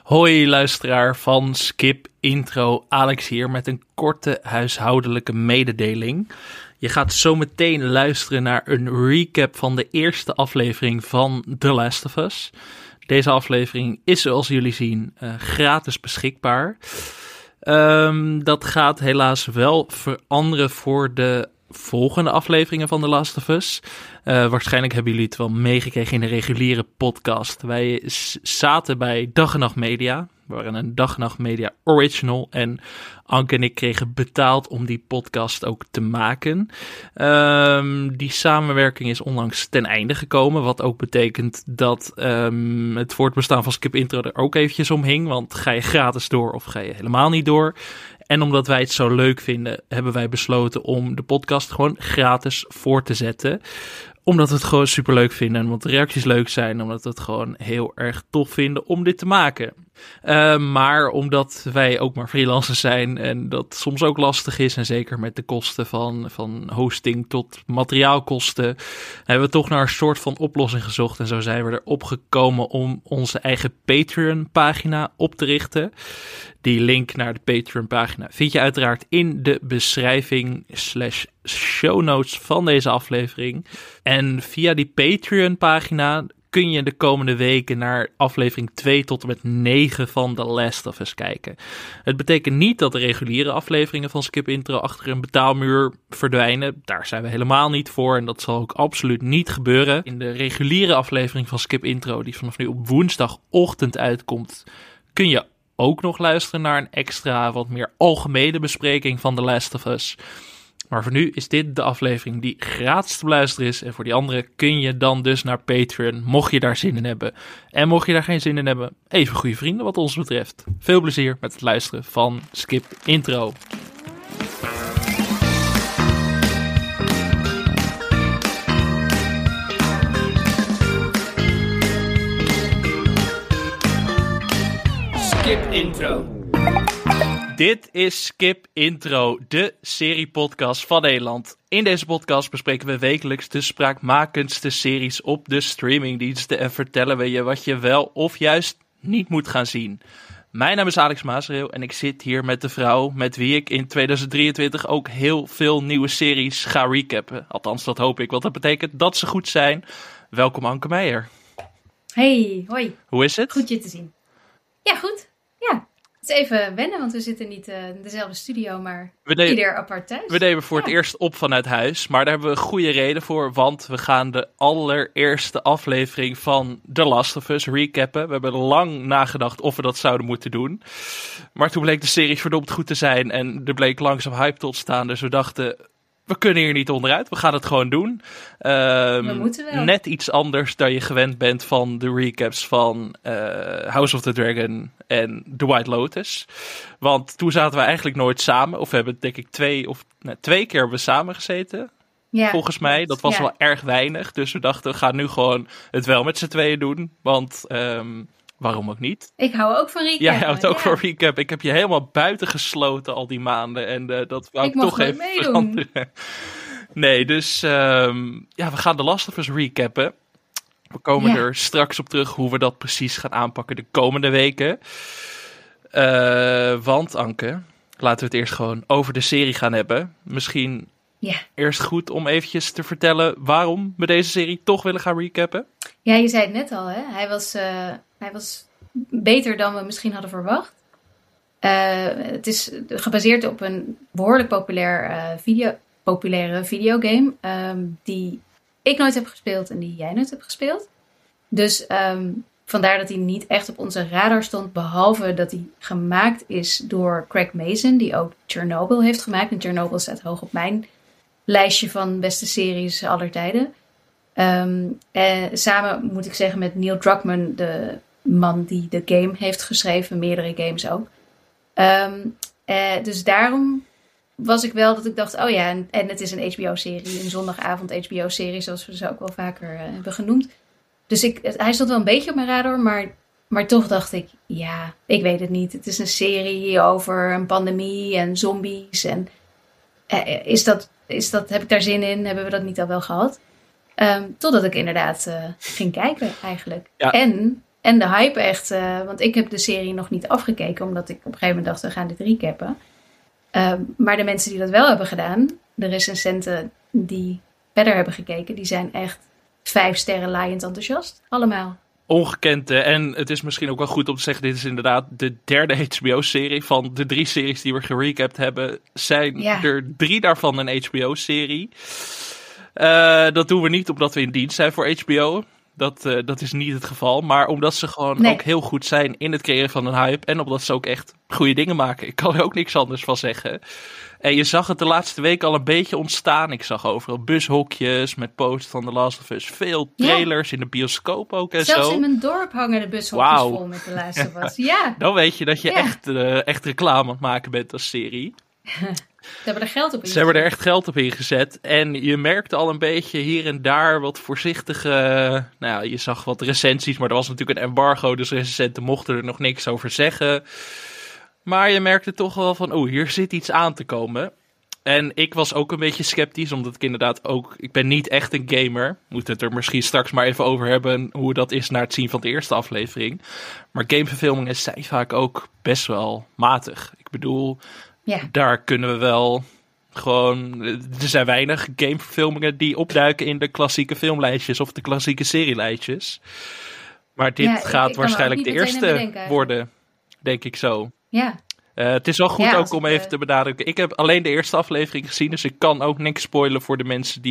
Hoi luisteraar van Skip Intro, Alex hier met een korte huishoudelijke mededeling. Je gaat zo meteen luisteren naar een recap van de eerste aflevering van The Last of Us. Deze aflevering is zoals jullie zien gratis beschikbaar. Dat gaat helaas wel veranderen voor de volgende afleveringen van The Last of Us. Waarschijnlijk hebben jullie het wel meegekregen in de reguliere podcast. Wij zaten bij Dag en Nacht Media. We waren een Dag en Nacht Media original. En Anke en ik kregen betaald om die podcast ook te maken. Die samenwerking is onlangs ten einde gekomen. Wat ook betekent dat het voortbestaan van Skip Intro er ook eventjes om hing. Want ga je gratis door of ga je helemaal niet door? En omdat wij het zo leuk vinden, hebben wij besloten om de podcast gewoon gratis voor te zetten. Omdat we het gewoon superleuk vinden en omdat de reacties leuk zijn. Omdat we het gewoon heel erg tof vinden om dit te maken. Maar omdat wij ook maar freelancers zijn en dat soms ook lastig is. En zeker met de kosten van hosting tot materiaalkosten. Hebben we toch naar een soort van oplossing gezocht. En zo zijn we erop gekomen om onze eigen Patreon pagina op te richten. Die link naar de Patreon pagina vind je uiteraard in de beschrijving / show notes van deze aflevering. En via die Patreon pagina kun je de komende weken naar aflevering 2 tot en met 9 van The Last of Us kijken. Het betekent niet dat de reguliere afleveringen van Skip Intro achter een betaalmuur verdwijnen. Daar zijn we helemaal niet voor en dat zal ook absoluut niet gebeuren. In de reguliere aflevering van Skip Intro, die vanaf nu op woensdagochtend uitkomt, kun je ook nog luisteren naar een extra, wat meer algemene bespreking van The Last of Us. Maar voor nu is dit de aflevering die gratis te beluisteren is. En voor die andere kun je dan dus naar Patreon, mocht je daar zin in hebben. En mocht je daar geen zin in hebben, even goede vrienden wat ons betreft. Veel plezier met het luisteren van Skip Intro. Skip Intro. Dit is Skip Intro, de seriepodcast van Nederland. In deze podcast bespreken we wekelijks de spraakmakendste series op de streamingdiensten en vertellen we je wat je wel of juist niet moet gaan zien. Mijn naam is Alex Maasreel en ik zit hier met de vrouw met wie ik in 2023 ook heel veel nieuwe series ga recappen. Althans, dat hoop ik, want dat betekent dat ze goed zijn. Welkom Anke Meijer. Hey, hoi. Hoe is het? Goed je te zien. Ja, goed. Ja. Het is even wennen, want we zitten niet in dezelfde studio, maar ieder apart thuis. We nemen voor het eerst op vanuit huis, maar daar hebben we een goede reden voor, want we gaan de allereerste aflevering van The Last of Us recappen. We hebben lang nagedacht of we dat zouden moeten doen, maar toen bleek de serie verdomd goed te zijn en er bleek langzaam hype te ontstaan, dus we dachten, we kunnen hier niet onderuit, we gaan het gewoon doen. We moeten wel. Net iets anders dan je gewend bent van de recaps van House of the Dragon en The White Lotus. Want toen zaten we eigenlijk nooit samen, of we hebben denk ik twee keer hebben we samen gezeten. Ja, volgens mij, dat was wel erg weinig. Dus we dachten, we gaan nu gewoon het wel met z'n tweeën doen, want waarom ook niet? Ik hou ook van recap. Ja, jij houdt ook van recap. Ik heb je helemaal buiten gesloten al die maanden. En dat wou ik toch even veranderen. Nee, dus we gaan The Last of Us recappen. We komen er straks op terug hoe we dat precies gaan aanpakken de komende weken. Want Anke, laten we het eerst gewoon over de serie gaan hebben. Misschien eerst goed om eventjes te vertellen waarom we deze serie toch willen gaan recappen. Ja, je zei het net al, hè? Hij was beter dan we misschien hadden verwacht. Het is gebaseerd op een behoorlijk populaire videogame. Die ik nooit heb gespeeld en die jij nooit hebt gespeeld. Dus vandaar dat hij niet echt op onze radar stond. Behalve dat hij gemaakt is door Craig Mazin, die ook Chernobyl heeft gemaakt. En Chernobyl staat hoog op mijn lijstje van beste series aller tijden. Samen moet ik zeggen met Neil Druckmann, de man die de game heeft geschreven, meerdere games ook. Dus daarom was ik wel dat ik dacht, oh ja, en het is een HBO-serie, een zondagavond HBO-serie, zoals we ze ook wel vaker hebben genoemd. Dus hij stond wel een beetje op mijn radar, maar toch dacht ik, ja, ik weet het niet. Het is een serie over een pandemie en zombies. En heb ik daar zin in? Hebben we dat niet al wel gehad? Totdat ik inderdaad ging kijken eigenlijk. Ja. En En de hype echt, want ik heb de serie nog niet afgekeken, omdat ik op een gegeven moment dacht, we gaan dit recappen. Maar de mensen die dat wel hebben gedaan, de recensenten die verder hebben gekeken, die zijn echt 5 sterren laaiend enthousiast. Allemaal. Ongekend. En het is misschien ook wel goed om te zeggen, dit is inderdaad de 3e HBO-serie. Van de 3 series die we gerecapt hebben, zijn er 3 daarvan een HBO-serie. Dat doen we niet omdat we in dienst zijn voor HBO. Dat is niet het geval. Maar omdat ze gewoon ook heel goed zijn in het creëren van een hype. En omdat ze ook echt goede dingen maken. Ik kan er ook niks anders van zeggen. En je zag het de laatste week al een beetje ontstaan. Ik zag overal bushokjes met posters van The Last of Us. Veel trailers in de bioscoop ook en Zelfs zo. in mijn dorp hangen de bushokjes vol met The Last of Us. Ja. Dan weet je dat je echt reclame aan het maken bent als serie. Ze hebben er geld op ingezet. Ze hebben er echt geld op ingezet. En je merkte al een beetje hier en daar wat voorzichtige... Nou ja, je zag wat recensies, maar er was natuurlijk een embargo. Dus recensenten mochten er nog niks over zeggen. Maar je merkte toch wel van, hier zit iets aan te komen. En ik was ook een beetje sceptisch, omdat ik inderdaad ook... Ik ben niet echt een gamer. Moet het er misschien straks maar even over hebben hoe dat is na het zien van de eerste aflevering. Maar gameverfilmingen zijn vaak ook best wel matig. Ik bedoel... Ja. Daar kunnen we wel gewoon... Er zijn weinig gameverfilmingen die opduiken in de klassieke filmlijstjes of de klassieke serielijstjes. Maar dit gaat waarschijnlijk de eerste worden, denk ik zo. Ja. Het is wel goed ook om even te benadrukken. Ik heb alleen de eerste aflevering gezien, dus ik kan ook niks spoilen voor de mensen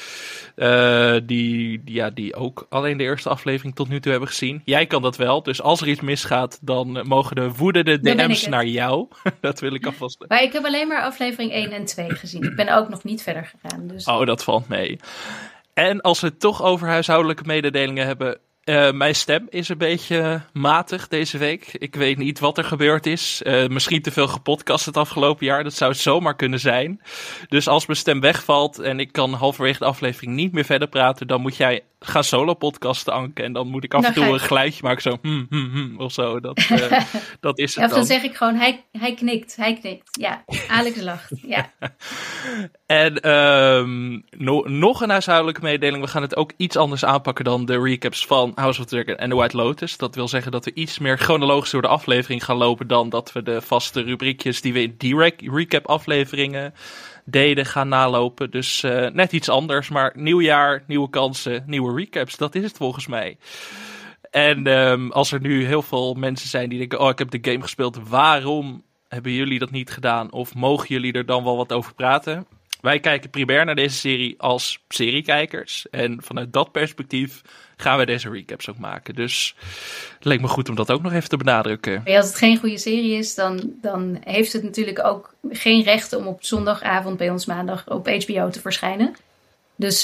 die ook alleen de eerste aflevering tot nu toe hebben gezien. Jij kan dat wel, dus als er iets misgaat, dan mogen de woedende DM's naar jou. Dat wil ik alvast. Maar ik heb alleen maar aflevering 1 en 2 gezien. Ik ben ook nog niet verder gegaan. Dus... Oh, dat valt mee. En als we het toch over huishoudelijke mededelingen hebben... mijn stem is een beetje matig deze week. Ik weet niet wat er gebeurd is. Misschien te veel gepodcast het afgelopen jaar. Dat zou het zomaar kunnen zijn. Dus als mijn stem wegvalt en ik kan halverwege de aflevering niet meer verder praten... dan moet jij gaan solo podcasten, Anke. En dan moet ik af en toe een geluidje maken. Zo of zo. Dat is het dan. Dan zeg ik gewoon, hij knikt. Ja, Alex lacht. Ja. En nog een huishoudelijke mededeling. We gaan het ook iets anders aanpakken dan de recaps van House of the Dragon en The White Lotus. Dat wil zeggen dat we iets meer chronologisch door de aflevering gaan lopen dan dat we de vaste rubriekjes die we in die recap afleveringen deden gaan nalopen. Dus net iets anders, maar nieuw jaar, nieuwe kansen, nieuwe recaps. Dat is het volgens mij. En als er nu heel veel mensen zijn die denken, ik heb de game gespeeld, waarom hebben jullie dat niet gedaan? Of mogen jullie er dan wel wat over praten? Wij kijken primair naar deze serie als seriekijkers. En vanuit dat perspectief gaan we deze recaps ook maken. Dus het leek me goed om dat ook nog even te benadrukken. Als het geen goede serie is, dan heeft het natuurlijk ook geen recht om op zondagavond bij ons maandag op HBO te verschijnen. Dus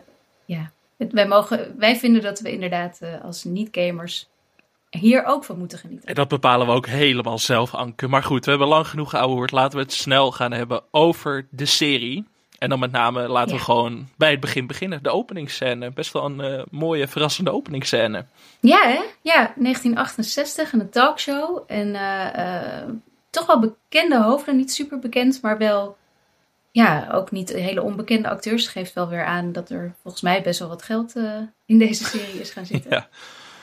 wij vinden dat we inderdaad als niet-gamers hier ook van moeten genieten. En dat bepalen we ook helemaal zelf, Anke. Maar goed, we hebben lang genoeg geouwehoerd. Laten we het snel gaan hebben over de serie. En dan met name laten we gewoon bij het begin beginnen. De openingsscène. Best wel een mooie, verrassende openingsscène. Ja, hè? Ja, 1968, een talkshow. En toch wel bekende hoofden. Niet super bekend, maar wel... Ja, ook niet hele onbekende acteurs. Het geeft wel weer aan dat er volgens mij best wel wat geld in deze serie is gaan zitten. Ja.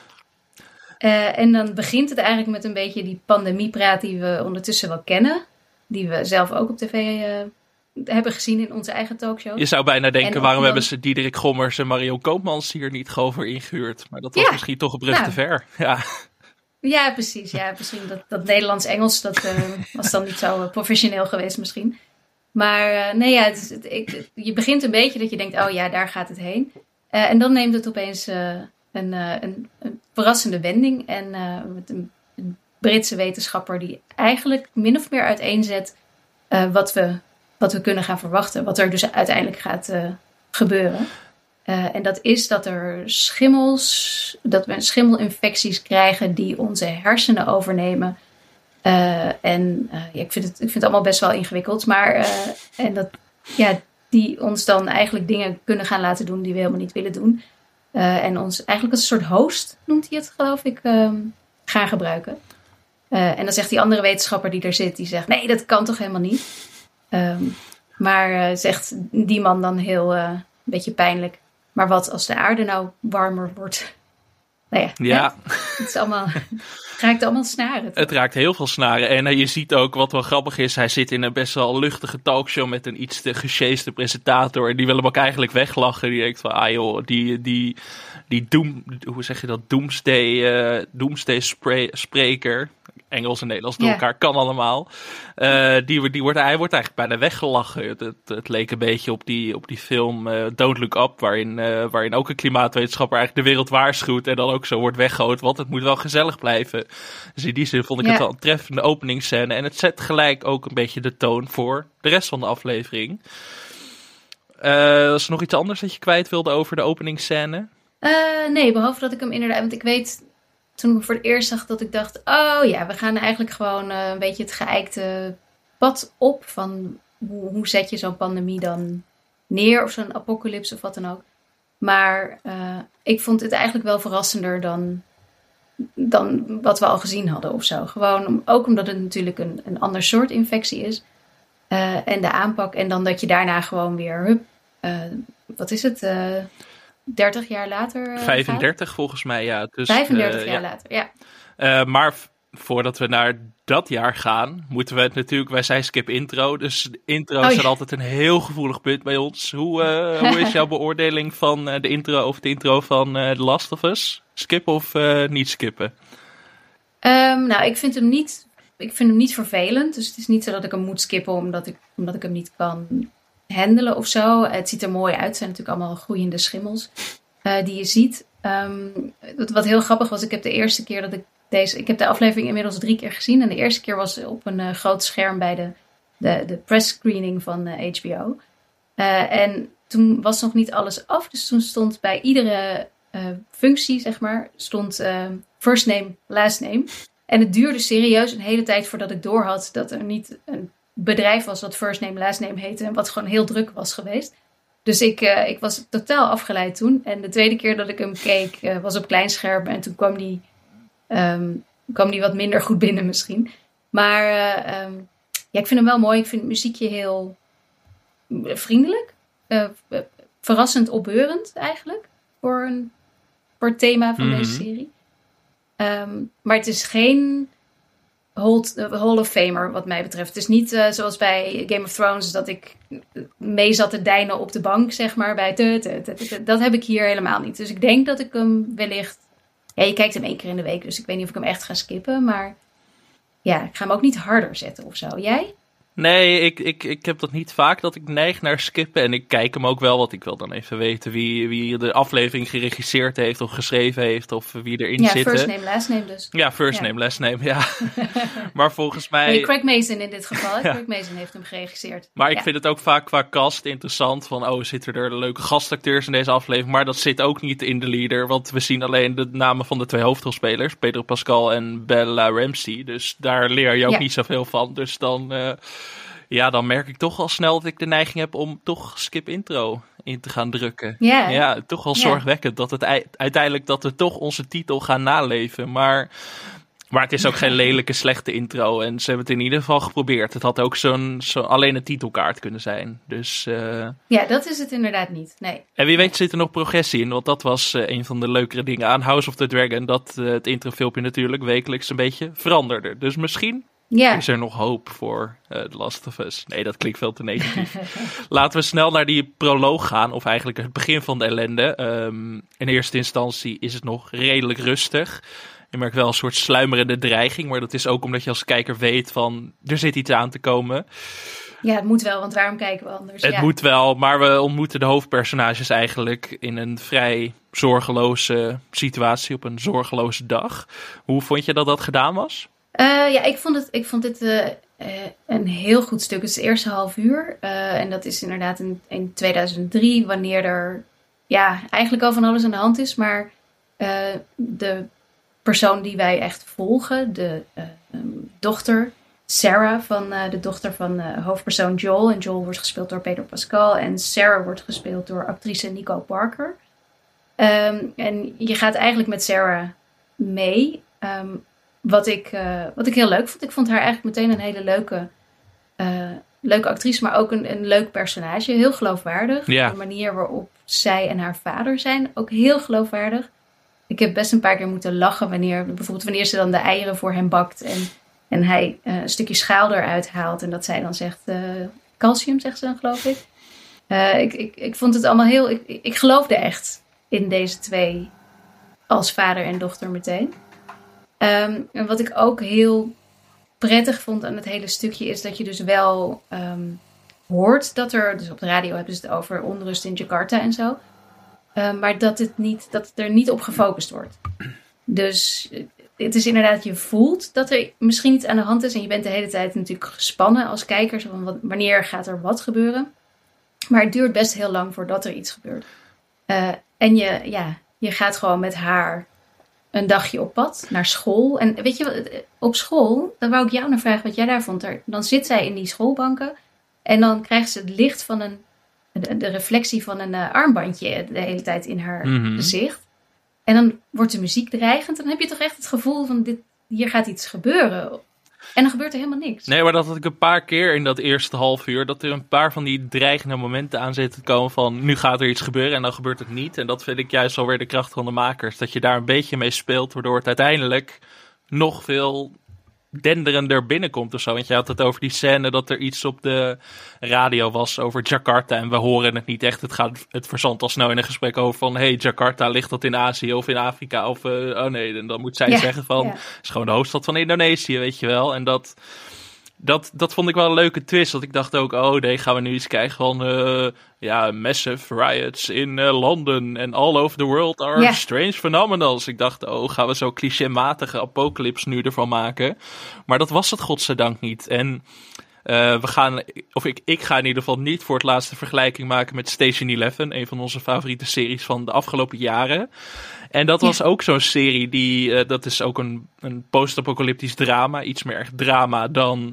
En dan begint het eigenlijk met een beetje die pandemiepraat die we ondertussen wel kennen. Die we zelf ook op tv hebben gezien in onze eigen talkshow. Je zou bijna denken, waarom hebben ze Diederik Gommers en Marion Koopmans hier niet gewoon voor ingehuurd? Maar dat was misschien toch een brug te ver. Ja, precies. Ja, misschien dat Nederlands-Engels, dat was dan niet zo professioneel geweest misschien. Maar je begint een beetje dat je denkt, daar gaat het heen. En dan neemt het opeens... Een verrassende wending. En met een Britse wetenschapper die eigenlijk min of meer uiteenzet wat we kunnen gaan verwachten. Wat er dus uiteindelijk gaat gebeuren. En dat is dat we schimmelinfecties krijgen die onze hersenen overnemen. Ik vind het allemaal best wel ingewikkeld. Maar die ons dan eigenlijk dingen kunnen gaan laten doen die we helemaal niet willen doen. En ons eigenlijk als een soort host, noemt hij het geloof ik, gaan gebruiken. En dan zegt die andere wetenschapper die er zit, die zegt, nee, dat kan toch helemaal niet. Maar zegt die man dan heel een beetje pijnlijk. Maar wat als de aarde nou warmer wordt? Nou ja, Ja. het is allemaal, raakt allemaal snaren. Toch? Het raakt heel veel snaren. En je ziet ook, wat wel grappig is, hij zit in een best wel luchtige talkshow met een iets te gesjeeste presentator. En die wil hem ook eigenlijk weglachen. Die denkt van, ah joh, hoe zeg je dat, doomsday spreker. Engels en Nederlands door elkaar, kan allemaal. Hij wordt eigenlijk bijna weggelachen. Het leek een beetje op die film Don't Look Up, waarin ook een klimaatwetenschapper eigenlijk de wereld waarschuwt en dan ook zo wordt weggegooid, want het moet wel gezellig blijven. Dus in die zin vond ik het wel een treffende openingsscène. En het zet gelijk ook een beetje de toon voor de rest van de aflevering. Was er nog iets anders dat je kwijt wilde over de openingsscène? Nee, behalve dat ik hem inderdaad... Want ik weet, toen ik hem voor het eerst zag, dat ik dacht... Oh ja, we gaan eigenlijk gewoon een beetje het geëikte pad op. Van hoe zet je zo'n pandemie dan neer? Of zo'n apocalypse of wat dan ook. Maar ik vond het eigenlijk wel verrassender dan wat we al gezien hadden of zo. Gewoon ook omdat het natuurlijk een ander soort infectie is. En de aanpak. En dan dat je daarna gewoon weer... wat is het? 30 jaar later? 35 gaat? Volgens mij, ja. Dus, 35 jaar later, ja. Maar voordat we naar dat jaar gaan, moeten we het natuurlijk... Wij zijn skip intro, dus de intro's zijn altijd een heel gevoelig punt bij ons. Hoe is jouw beoordeling van de intro van The Last of Us? Skippen of niet skippen? Nou, ik vind hem niet vervelend. Dus het is niet zo dat ik hem moet skippen omdat ik hem niet kan handelen of zo. Het ziet er mooi uit. Het zijn natuurlijk allemaal groeiende schimmels die je ziet. Wat heel grappig was, ik heb de eerste keer dat ik heb de aflevering inmiddels 3 keer gezien. En de eerste keer was op een groot scherm bij de press screening van HBO. En toen was nog niet alles af. Dus toen stond bij iedere functie, zeg maar, stond first name, last name. En het duurde serieus een hele tijd voordat ik doorhad dat er niet een bedrijf was wat first name, last name heette. En wat gewoon heel druk was geweest. Dus ik was totaal afgeleid toen. En de tweede keer dat ik hem keek was op kleinscherm. En toen kwam die wat minder goed binnen misschien. Maar ja, ik vind hem wel mooi. Ik vind het muziekje heel vriendelijk. Verrassend opbeurend eigenlijk. Voor het thema van deze serie. Maar het is geen Hall of Famer wat mij betreft. Het is niet zoals bij Game of Thrones dat ik mee zat te deinen op de bank, zeg maar. Dat heb ik hier helemaal niet. Dus ik denk dat ik hem wellicht... Ja, je kijkt hem 1 keer in de week, dus ik weet niet of ik hem echt ga skippen. Maar ja, ik ga hem ook niet harder zetten of zo. Jij? Nee, ik heb dat niet vaak, dat ik neig naar skippen. En ik kijk hem ook wel, want ik wil dan even weten wie de aflevering geregisseerd heeft of geschreven heeft of wie erin zit. Ja, first name, last name dus. Ja, first name, last name, ja. Maar volgens mij... Nee, Craig Mazin in dit geval. Ja. Craig Mazin heeft hem geregisseerd. Maar ik vind het ook vaak qua cast interessant van, zitten er leuke gastacteurs in deze aflevering? Maar dat zit ook niet in de leader, want we zien alleen de namen van de 2 hoofdrolspelers, Pedro Pascal en Bella Ramsey. Dus daar leer je ook niet zoveel van. Dus dan... dan merk ik toch al snel dat ik de neiging heb om toch skip intro in te gaan drukken. Yeah. Ja, toch wel zorgwekkend dat het uiteindelijk dat we toch onze titel gaan naleven. Maar het is ook geen lelijke, slechte intro. En ze hebben het in ieder geval geprobeerd. Het had ook alleen een titelkaart kunnen zijn. Dus, ja, dat is het inderdaad niet. Nee. En wie weet zit er nog progressie in. Want dat was een van de leukere dingen aan House of the Dragon. Dat het introfilmpje natuurlijk wekelijks een beetje veranderde. Dus misschien... Ja. Is er nog hoop voor The Last of Us? Nee, dat klinkt veel te negatief. Laten we snel naar die proloog gaan, of eigenlijk het begin van de ellende. In eerste instantie is het nog redelijk rustig. Je merkt wel een soort sluimerende dreiging, maar dat is ook omdat je als kijker weet van, er zit iets aan te komen. Ja, het moet wel, want waarom kijken we anders? Het moet wel, maar we ontmoeten de hoofdpersonages eigenlijk in een vrij zorgeloze situatie op een zorgeloze dag. Hoe vond je dat gedaan was? Ja, ik vond dit een heel goed stuk. Het is het eerste half uur. En dat is inderdaad in 2003, wanneer er eigenlijk al van alles aan de hand is. Maar de persoon die wij echt volgen, de dochter Sarah, de dochter van hoofdpersoon Joel. En Joel wordt gespeeld door Pedro Pascal. En Sarah wordt gespeeld door actrice Nico Parker. En je gaat eigenlijk met Sarah mee. Wat ik heel leuk vond. Ik vond haar eigenlijk meteen een hele leuke actrice, maar ook een leuk personage. Heel geloofwaardig. Ja. De manier waarop zij en haar vader zijn, ook heel geloofwaardig. ik heb best een paar keer moeten lachen wanneer ze dan de eieren voor hem bakt en hij een stukje schaal eruit haalt en dat zij dan zegt, calcium zegt ze dan geloof ik. Ik vond het allemaal heel, ik geloofde echt in deze twee als vader en dochter meteen. En wat ik ook heel prettig vond aan het hele stukje is dat je dus wel hoort dat dus op de radio hebben ze het over onrust in Jakarta en zo. Maar dat het er niet op gefocust wordt. Dus het is inderdaad, je voelt dat er misschien iets aan de hand is. En je bent de hele tijd natuurlijk gespannen als kijker. Zo van wanneer gaat er wat gebeuren? Maar het duurt best heel lang voordat er iets gebeurt. En je gaat gewoon met haar een dagje op pad naar school. En weet je, op school, dan wou ik jou naar vragen wat jij daar vond. Dan zit zij in die schoolbanken. En dan krijgt ze het licht van de reflectie van een armbandje de hele tijd in haar gezicht. En dan wordt de muziek dreigend. Dan heb je toch echt het gevoel van hier gaat iets gebeuren. En dan gebeurt er helemaal niks. Nee, maar dat had ik een paar keer in dat eerste half uur. Dat er een paar van die dreigende momenten aan zitten te komen van nu gaat er iets gebeuren en dan gebeurt het niet. En dat vind ik juist alweer de kracht van de makers. Dat je daar een beetje mee speelt, waardoor het uiteindelijk nog veel denderender binnenkomt of zo. Want je had het over die scène dat er iets op de radio was over Jakarta en we horen het niet echt. Het verzandt al snel in een gesprek over van hey, Jakarta, ligt dat in Azië of in Afrika? Of oh nee, en dan moet zij zeggen van het is gewoon de hoofdstad van Indonesië, weet je wel. En dat vond ik wel een leuke twist. Dat ik dacht ook, oh nee, gaan we nu iets krijgen van massive riots in London and all over the world are strange phenomenals. Ik dacht, oh, gaan we zo clichématige apocalypse nu ervan maken? Maar dat was het godzijdank niet. En ik ga in ieder geval niet voor het laatste vergelijking maken met Station 11, een van onze favoriete series van de afgelopen jaren. En dat was ook zo'n serie dat is ook een post-apocalyptisch drama. Iets meer echt drama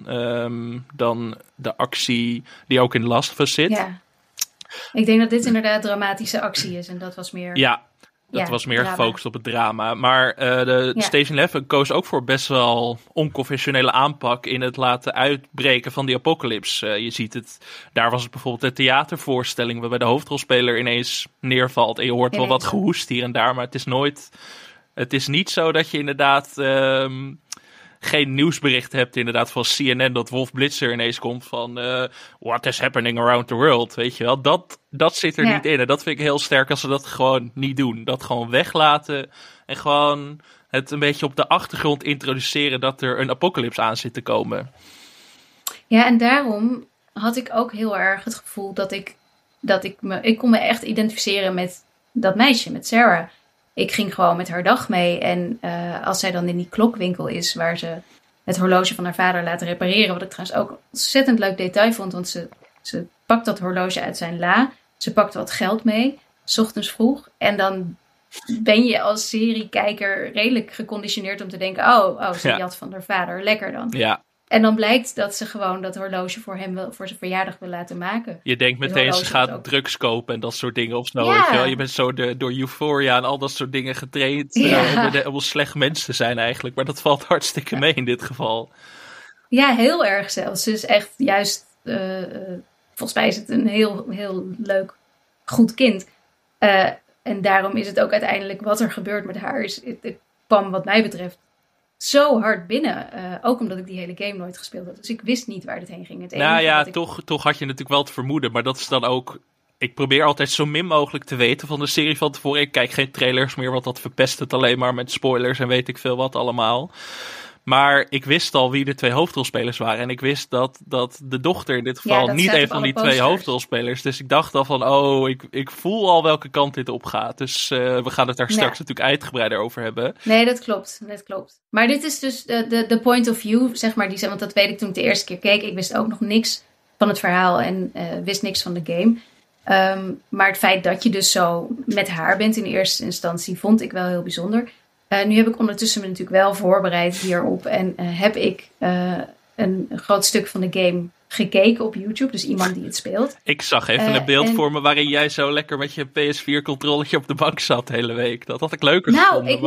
dan de actie die ook in Last of Us zit. Ja. Ik denk dat dit inderdaad dramatische actie is en dat was meer... Ja, dat was meer gefocust op het drama. Maar de Station 11 koos ook voor best wel onconventionele aanpak in het laten uitbreken van die apocalypse. Je ziet het, daar was het bijvoorbeeld de theatervoorstelling waarbij de hoofdrolspeler ineens neervalt. En je hoort wel wat gehoest hier en daar, maar het is niet zo dat je inderdaad geen nieuwsbericht hebt inderdaad van CNN dat Wolf Blitzer ineens komt van what is happening around the world, weet je wel. Dat zit er niet in en dat vind ik heel sterk als ze dat gewoon niet doen. Dat gewoon weglaten en gewoon het een beetje op de achtergrond introduceren dat er een apocalypse aan zit te komen. Ja, en daarom had ik ook heel erg het gevoel dat ik kon me echt identificeren met dat meisje, met Sarah. Ik ging gewoon met haar dag mee. En als zij dan in die klokwinkel is, waar ze het horloge van haar vader laat repareren. Wat ik trouwens ook een ontzettend leuk detail vond. Want ze pakt dat horloge uit zijn la. Ze pakt wat geld mee, 's ochtends vroeg. En dan ben je als seriekijker redelijk geconditioneerd om te denken, ze jat van haar vader. Lekker dan. Ja. En dan blijkt dat ze gewoon dat horloge voor hem voor zijn verjaardag wil laten maken. Je denkt meteen, ze gaat drugs kopen en dat soort dingen of zo. Weet je wel? Je bent zo door Euphoria en al dat soort dingen getraind om slecht mens te zijn eigenlijk. Maar dat valt hartstikke mee in dit geval. Ja, heel erg zelfs. Ze is echt juist, volgens mij is het een heel, heel leuk, goed kind. En daarom is het ook uiteindelijk wat er gebeurt met haar. Het kwam wat mij betreft zo hard binnen. Ook omdat ik die hele game nooit gespeeld had. Dus ik wist niet waar dit heen ging. Toch had je natuurlijk wel te vermoeden. Maar dat is dan ook... Ik probeer altijd zo min mogelijk te weten van de serie van tevoren. Ik kijk geen trailers meer, want dat verpest het alleen maar met spoilers en weet ik veel wat allemaal. Maar ik wist al wie de twee hoofdrolspelers waren. En ik wist dat de dochter in dit geval niet een van die twee hoofdrolspelers. Dus ik dacht al van, ik voel al welke kant dit op gaat. Dus we gaan het daar straks natuurlijk uitgebreider over hebben. Nee, dat klopt. Maar dit is dus de point of view, zeg maar. Want dat weet ik toen ik de eerste keer keek. Ik wist ook nog niks van het verhaal en wist niks van de game. Maar het feit dat je dus zo met haar bent in eerste instantie, vond ik wel heel bijzonder. Nu heb ik ondertussen me natuurlijk wel voorbereid hierop. En heb ik een groot stuk van de game gekeken op YouTube. Dus iemand die het speelt. Ik zag even een beeld voor me waarin jij zo lekker met je PS4-controletje op de bank zat de hele week. Dat had ik leuker gevonden.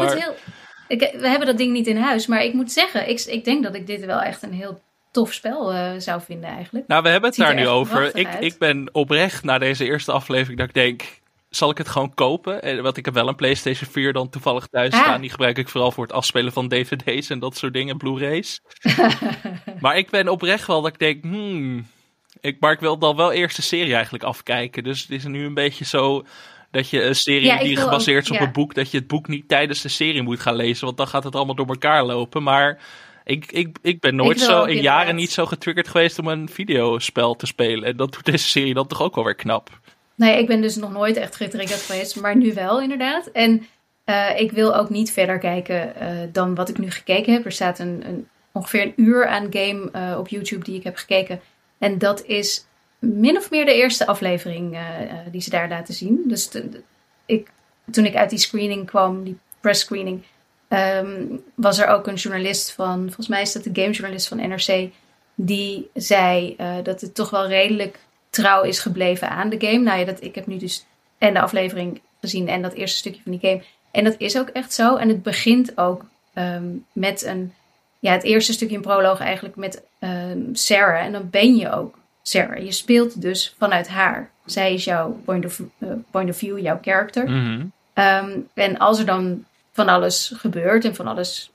We hebben dat ding niet in huis. Maar ik moet zeggen, ik denk dat ik dit wel echt een heel tof spel zou vinden eigenlijk. Nou, we hebben het daar nu over. Ik ben oprecht na deze eerste aflevering dat ik denk, zal ik het gewoon kopen. Want ik heb wel een PlayStation 4 dan toevallig thuis staan. Die gebruik ik vooral voor het afspelen van dvd's en dat soort dingen, Blu-rays. Maar ik ben oprecht wel dat ik denk, maar ik wil dan wel eerst de serie eigenlijk afkijken. Dus het is nu een beetje zo dat je een serie die gebaseerd is op een boek, dat je het boek niet tijdens de serie moet gaan lezen, want dan gaat het allemaal door elkaar lopen. Maar ik ben nooit zo in jaren niet zo getriggerd geweest om een videospel te spelen. En dat doet deze serie dan toch ook wel weer knap. Nee, ik ben dus nog nooit echt getriggerd geweest, maar nu wel inderdaad. En ik wil ook niet verder kijken dan wat ik nu gekeken heb. Er staat ongeveer een uur aan game op YouTube die ik heb gekeken. En dat is min of meer de eerste aflevering die ze daar laten zien. Dus toen ik uit die screening kwam, die press screening, was er ook een journalist van, volgens mij is dat de gamejournalist van NRC, die zei dat het toch wel redelijk trouw is gebleven aan de game. Nou ja, ik heb nu dus en de aflevering gezien en dat eerste stukje van die game. En dat is ook echt zo. En het begint ook met het eerste stukje in proloog eigenlijk met Sarah. En dan ben je ook Sarah. Je speelt dus vanuit haar. Zij is jouw point of view, jouw character. Mm-hmm. En als er dan van alles gebeurt en van alles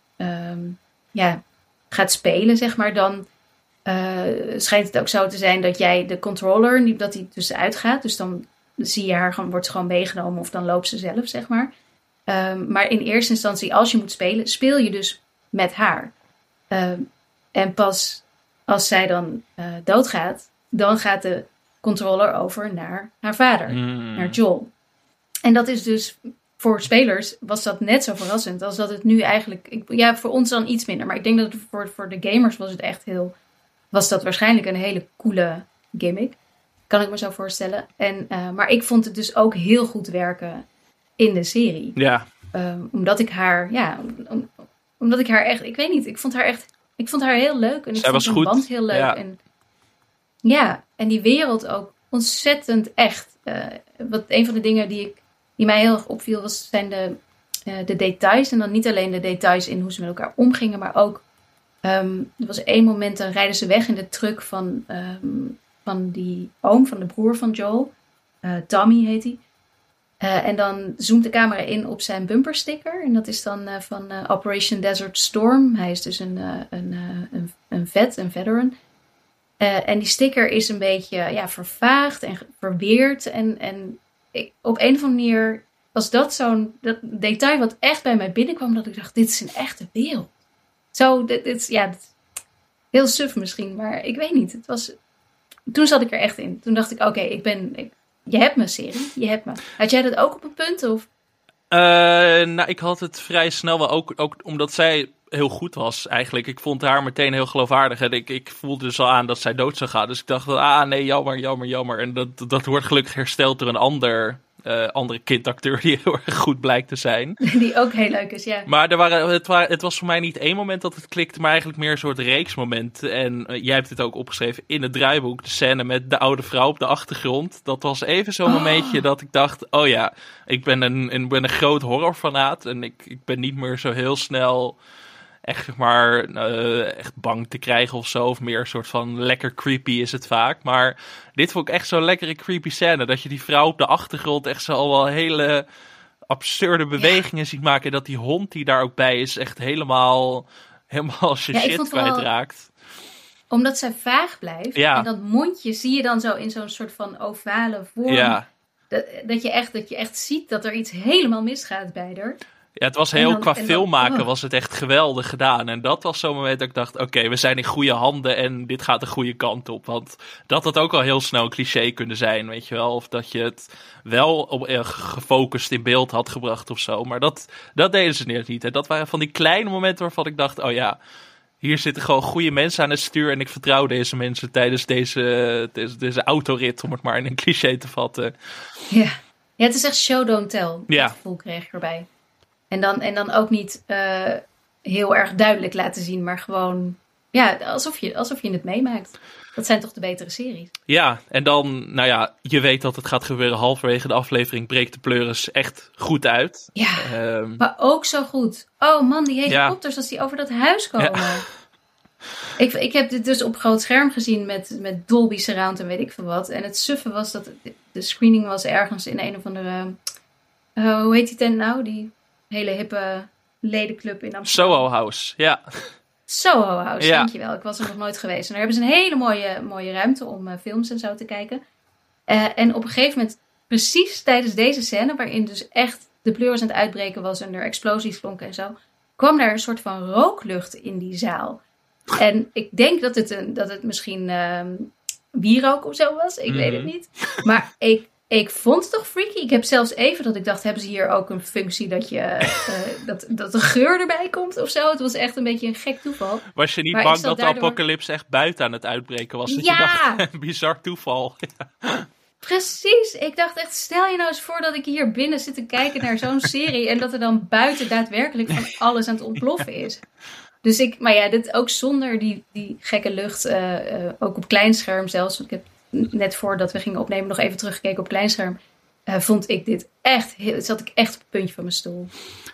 gaat spelen, zeg maar, dan schijnt het ook zo te zijn dat jij de controller, dat die dus uitgaat. Dus dan zie je haar, wordt ze gewoon meegenomen of dan loopt ze zelf, zeg maar. Maar in eerste instantie, als je moet spelen, speel je dus met haar. En pas als zij dan doodgaat, dan gaat de controller over naar haar vader, naar Joel. En dat is dus, voor spelers was dat net zo verrassend als dat het nu eigenlijk, voor ons dan iets minder. Maar ik denk dat voor de gamers was dat waarschijnlijk een hele coole gimmick. Kan ik me zo voorstellen. Maar ik vond het dus ook heel goed werken in de serie. Ja. Omdat ik haar echt, ik weet niet, ik vond haar heel leuk. En ik vond de band heel leuk. En die wereld ook ontzettend echt. Een van de dingen die mij heel erg opviel, zijn de details. En dan niet alleen de details in hoe ze met elkaar omgingen, maar ook, er was één moment, dan rijden ze weg in de truck van die oom, van de broer van Joel. Tommy heet hij. En dan zoomt de camera in op zijn bumpersticker. En dat is dan van Operation Desert Storm. Hij is dus een vet, een veteran. En die sticker is een beetje vervaagd en verweerd. En op een of andere manier was dat zo'n detail wat echt bij mij binnenkwam. Dat ik dacht, dit is een echte wereld. Dit is heel suf misschien, maar ik weet niet. Toen zat ik er echt in. Toen dacht ik, oké, je hebt me, serie. Je hebt me. Had jij dat ook op een punt? Of? Ik had het vrij snel wel ook omdat zij heel goed was eigenlijk. Ik vond haar meteen heel geloofwaardig. En ik voelde dus al aan dat zij dood zou gaan. Dus ik dacht wel, nee, jammer. En dat wordt gelukkig hersteld door een andere kindacteur die heel erg goed blijkt te zijn. Die ook heel leuk is, ja. Maar het was voor mij niet één moment dat het klikte, maar eigenlijk meer een soort reeksmoment. En jij hebt het ook opgeschreven in het draaiboek, de scène met de oude vrouw op de achtergrond. Dat was even zo'n momentje dat ik dacht, oh ja, ik ben een groot horrorfanaat en ik ben niet meer zo heel snel echt, zeg maar, echt bang te krijgen of zo. Of meer een soort van lekker creepy is het vaak. Maar dit vond ik echt zo'n lekkere creepy scène. Dat je die vrouw op de achtergrond echt zo al wel hele absurde bewegingen ziet maken. En dat die hond die daar ook bij is echt helemaal shit kwijtraakt. Omdat zij vaag blijft. Ja. En dat mondje zie je dan zo in zo'n soort van ovale vorm. Ja. Dat je echt ziet dat er iets helemaal misgaat bij haar. Ja, het was qua filmmaken was het echt geweldig gedaan. En dat was zo'n moment dat ik dacht, oké, we zijn in goede handen en dit gaat de goede kant op. Want dat had ook al heel snel een cliché kunnen zijn, weet je wel. Of dat je het wel gefocust in beeld had gebracht of zo. Maar dat deden ze net niet. En dat waren van die kleine momenten waarvan ik dacht, oh ja, hier zitten gewoon goede mensen aan het stuur. En ik vertrouw deze mensen tijdens deze autorit, om het maar in een cliché te vatten. Ja, het is echt show, don't tell. Dat gevoel kreeg ik erbij. En dan ook niet heel erg duidelijk laten zien, maar gewoon alsof je het meemaakt. Dat zijn toch de betere series. Ja, en dan, je weet dat het gaat gebeuren. Halverwege de aflevering breekt de pleuris echt goed uit. Ja, maar ook zo goed. Oh man, die helikopters als die over dat huis komen. Ja. Ik heb dit dus op groot scherm gezien met Dolby Surround en weet ik veel wat. En het suffe was dat de screening was ergens in een of andere... hoe heet die tent nou? Die hele hippe ledenclub in Amsterdam. Soho House, ja. Soho House, Ja. dankjewel. Ik was er nog nooit geweest. En daar hebben ze een hele mooie ruimte om films en zo te kijken. En op een gegeven moment, precies tijdens deze scène, waarin dus echt de pleuris aan het uitbreken was en er explosies klonken en zo, kwam daar een soort van rooklucht in die zaal. En ik denk dat het misschien wierook of zo was. Ik weet het niet. Maar ik vond het toch freaky. Ik heb zelfs even dat ik dacht, hebben ze hier ook een functie dat dat de geur erbij komt of zo? Het was echt een beetje een gek toeval. Was je niet Maar bang ik zat dat de daardoor... apocalypse echt buiten aan het uitbreken was? Dat Ja! je dacht, bizar toeval. Precies. Ik dacht echt, stel je nou eens voor dat ik hier binnen zit te kijken naar zo'n serie en dat er dan buiten daadwerkelijk van alles aan het ontploffen is. Dus maar ja, dit ook zonder die gekke lucht, ook op kleinscherm zelfs. Ik heb net voordat we gingen opnemen nog even teruggekeken op kleinscherm. Vond ik dit echt, zat ik echt op het puntje van mijn stoel.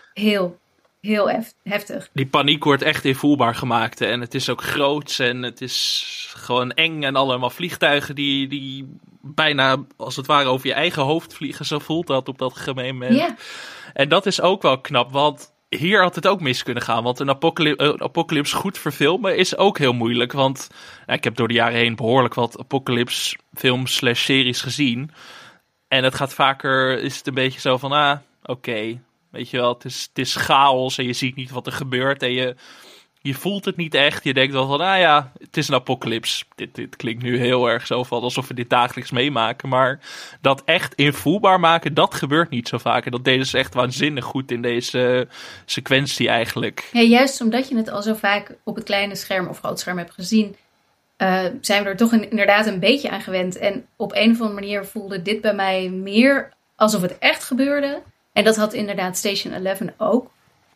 Heel heftig. Die paniek wordt echt invoelbaar gemaakt. En het is ook groots en het is gewoon eng. En allemaal vliegtuigen die bijna als het ware over je eigen hoofd vliegen. Zo voelt dat op dat gemeen moment. Ja. En dat is ook wel knap, want hier had het ook mis kunnen gaan. Want een apocalypse goed verfilmen is ook heel moeilijk. Want ik heb door de jaren heen behoorlijk wat apocalypse films / series gezien. En het gaat vaker, is het een beetje zo van, oké. Weet je wel, het is chaos en je ziet niet wat er gebeurt. En je voelt het niet echt. Je denkt wel van, het is een apocalypse. Dit klinkt nu heel erg zo van alsof we dit dagelijks meemaken. Maar dat echt invoelbaar maken, dat gebeurt niet zo vaak. En dat deden ze echt waanzinnig goed in deze sequentie eigenlijk. Ja, juist omdat je het al zo vaak op het kleine scherm of groot scherm hebt gezien, zijn we er toch inderdaad een beetje aan gewend. En op een of andere manier voelde dit bij mij meer alsof het echt gebeurde. En dat had inderdaad Station 11 ook.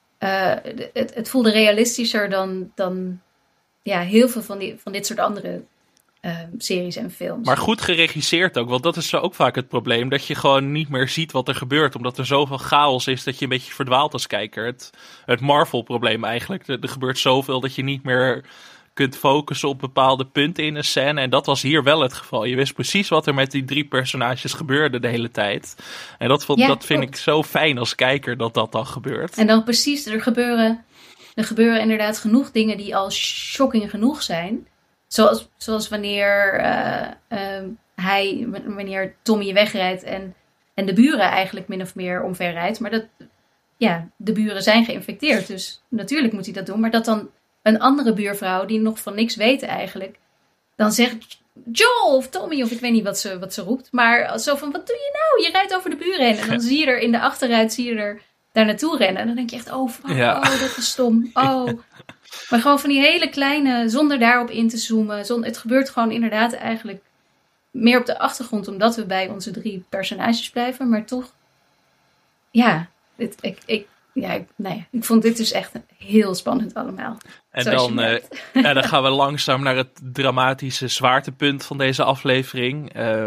Het voelde realistischer dan heel veel van dit soort andere series en films. Maar goed geregisseerd ook, want dat is zo ook vaak het probleem. Dat je gewoon niet meer ziet wat er gebeurt. Omdat er zoveel chaos is dat je een beetje verdwaalt als kijker. Het Marvel-probleem eigenlijk. Er gebeurt zoveel dat je niet meer kunt focussen op bepaalde punten in een scène. En dat was hier wel het geval. Je wist precies wat er met die 3 personages gebeurde de hele tijd. En dat vind ik zo fijn als kijker dat dan gebeurt. En dan precies, er gebeuren inderdaad genoeg dingen die al shocking genoeg zijn. Zoals wanneer Tommy wegrijdt en de buren eigenlijk min of meer omverrijdt. Maar de buren zijn geïnfecteerd. Dus natuurlijk moet hij dat doen. Maar dat dan een andere buurvrouw, die nog van niks weet eigenlijk, dan zegt Joel of Tommy, of ik weet niet wat ze roept. Maar zo van, wat doe je nou? Je rijdt over de buren heen. En dan zie je er in de achterruit, daar naartoe rennen. En dan denk je echt, dat is stom. Oh. Maar gewoon van die hele kleine, zonder daarop in te zoomen. Het gebeurt gewoon inderdaad eigenlijk meer op de achtergrond, omdat we bij onze 3 personages blijven. Maar toch, ik vond dit dus echt heel spannend allemaal. En dan gaan we langzaam naar het dramatische zwaartepunt van deze aflevering.